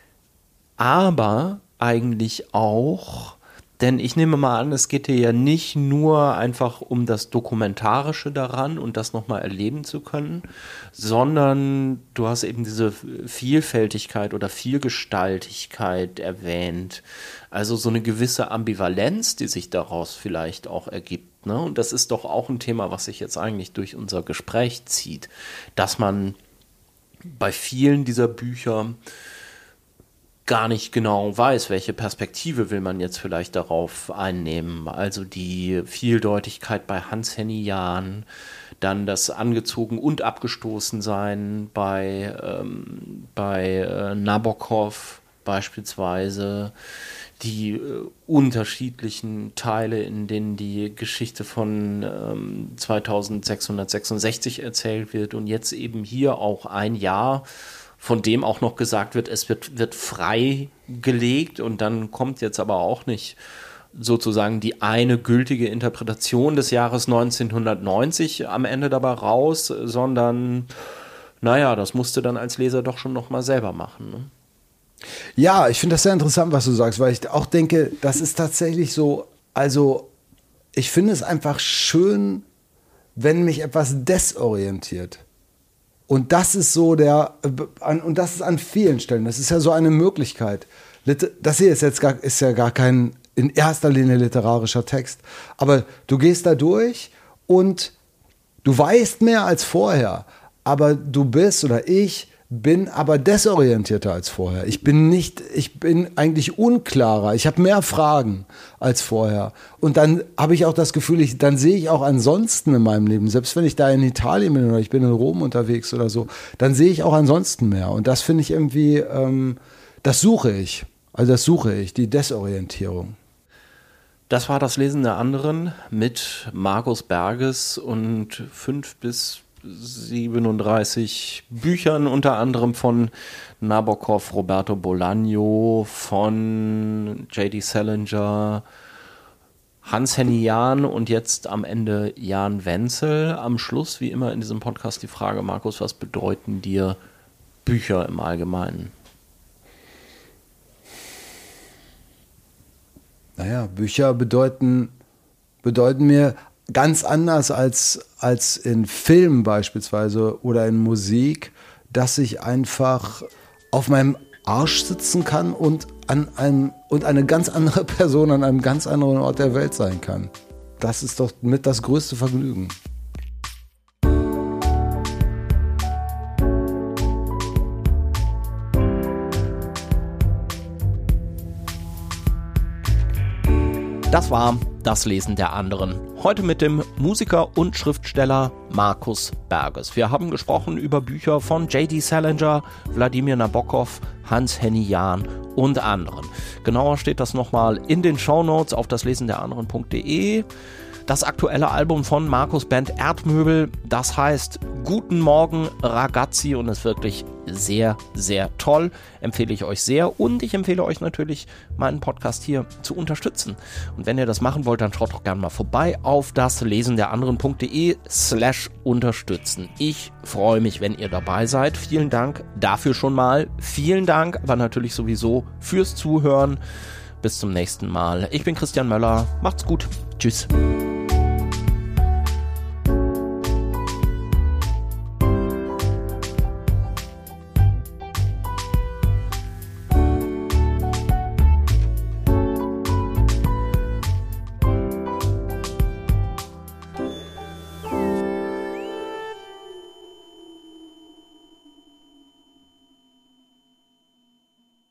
Aber eigentlich auch, denn ich nehme mal an, es geht dir ja nicht nur einfach um das Dokumentarische daran und das nochmal erleben zu können, sondern du hast eben diese Vielfältigkeit oder Vielgestaltigkeit erwähnt. Also so eine gewisse Ambivalenz, die sich daraus vielleicht auch ergibt. Ne? Und das ist doch auch ein Thema, was sich jetzt eigentlich durch unser Gespräch zieht, dass man bei vielen dieser Bücher gar nicht genau weiß, welche Perspektive will man jetzt vielleicht darauf einnehmen. Also die Vieldeutigkeit bei Hans-Henny Jahn, dann das Angezogen und Abgestoßensein bei, ähm, bei äh, Nabokov beispielsweise, die äh, unterschiedlichen Teile, in denen die Geschichte von ähm, zweitausendsechshundertsechsundsechzig erzählt wird und jetzt eben hier auch ein Jahr, von dem auch noch gesagt wird, es wird, wird freigelegt und dann kommt jetzt aber auch nicht sozusagen die eine gültige Interpretation des Jahres neunzehnhundertneunzig am Ende dabei raus, sondern naja, das musst du dann als Leser doch schon noch mal selber machen. Ne? Ja, ich finde das sehr interessant, was du sagst, weil ich auch denke, das ist tatsächlich so, also ich finde es einfach schön, wenn mich etwas desorientiert. Und das ist so der, und das ist an vielen Stellen, das ist ja so eine Möglichkeit. Das hier ist jetzt gar, ist ja gar kein in erster Linie literarischer Text, aber du gehst da durch und du weißt mehr als vorher, aber du bist oder ich bin aber desorientierter als vorher. Ich bin nicht, ich bin eigentlich unklarer. Ich habe mehr Fragen als vorher. Und dann habe ich auch das Gefühl, ich, dann sehe ich auch ansonsten in meinem Leben, selbst wenn ich da in Italien bin oder ich bin in Rom unterwegs oder so, dann sehe ich auch ansonsten mehr. Und das finde ich irgendwie, ähm, das suche ich. Also das suche ich, die Desorientierung. Das war das Lesen der anderen mit Markus Berges und fünf bis siebenunddreißig Büchern, unter anderem von Nabokov, Roberto Bolaño, von J D Salinger, Hans-Henny Jahn und jetzt am Ende Jan Wenzel. Am Schluss, wie immer in diesem Podcast, die Frage, Markus, was bedeuten dir Bücher im Allgemeinen? Naja, Bücher bedeuten, bedeuten mir ganz anders als, als in Filmen beispielsweise oder in Musik, dass ich einfach auf meinem Arsch sitzen kann und, an einem, und eine ganz andere Person an einem ganz anderen Ort der Welt sein kann. Das ist doch mit das größte Vergnügen. Das war das Lesen der anderen. Heute mit dem Musiker und Schriftsteller Markus Berges. Wir haben gesprochen über Bücher von J D Salinger, Wladimir Nabokov, Hans-Henny Jahn und anderen. Genauer steht das nochmal in den Shownotes auf das lesen der anderen punkt de. Das aktuelle Album von Markus Band Erdmöbel, das heißt Guten Morgen Ragazzi und ist wirklich sehr, sehr toll. Empfehle ich euch sehr und ich empfehle euch natürlich, meinen Podcast hier zu unterstützen. Und wenn ihr das machen wollt, dann schaut doch gerne mal vorbei auf daslesenderanderen.de slash unterstützen. Ich freue mich, wenn ihr dabei seid. Vielen Dank dafür schon mal. Vielen Dank aber natürlich sowieso fürs Zuhören. Bis zum nächsten Mal. Ich bin Christian Möller. Macht's gut. Tschüss.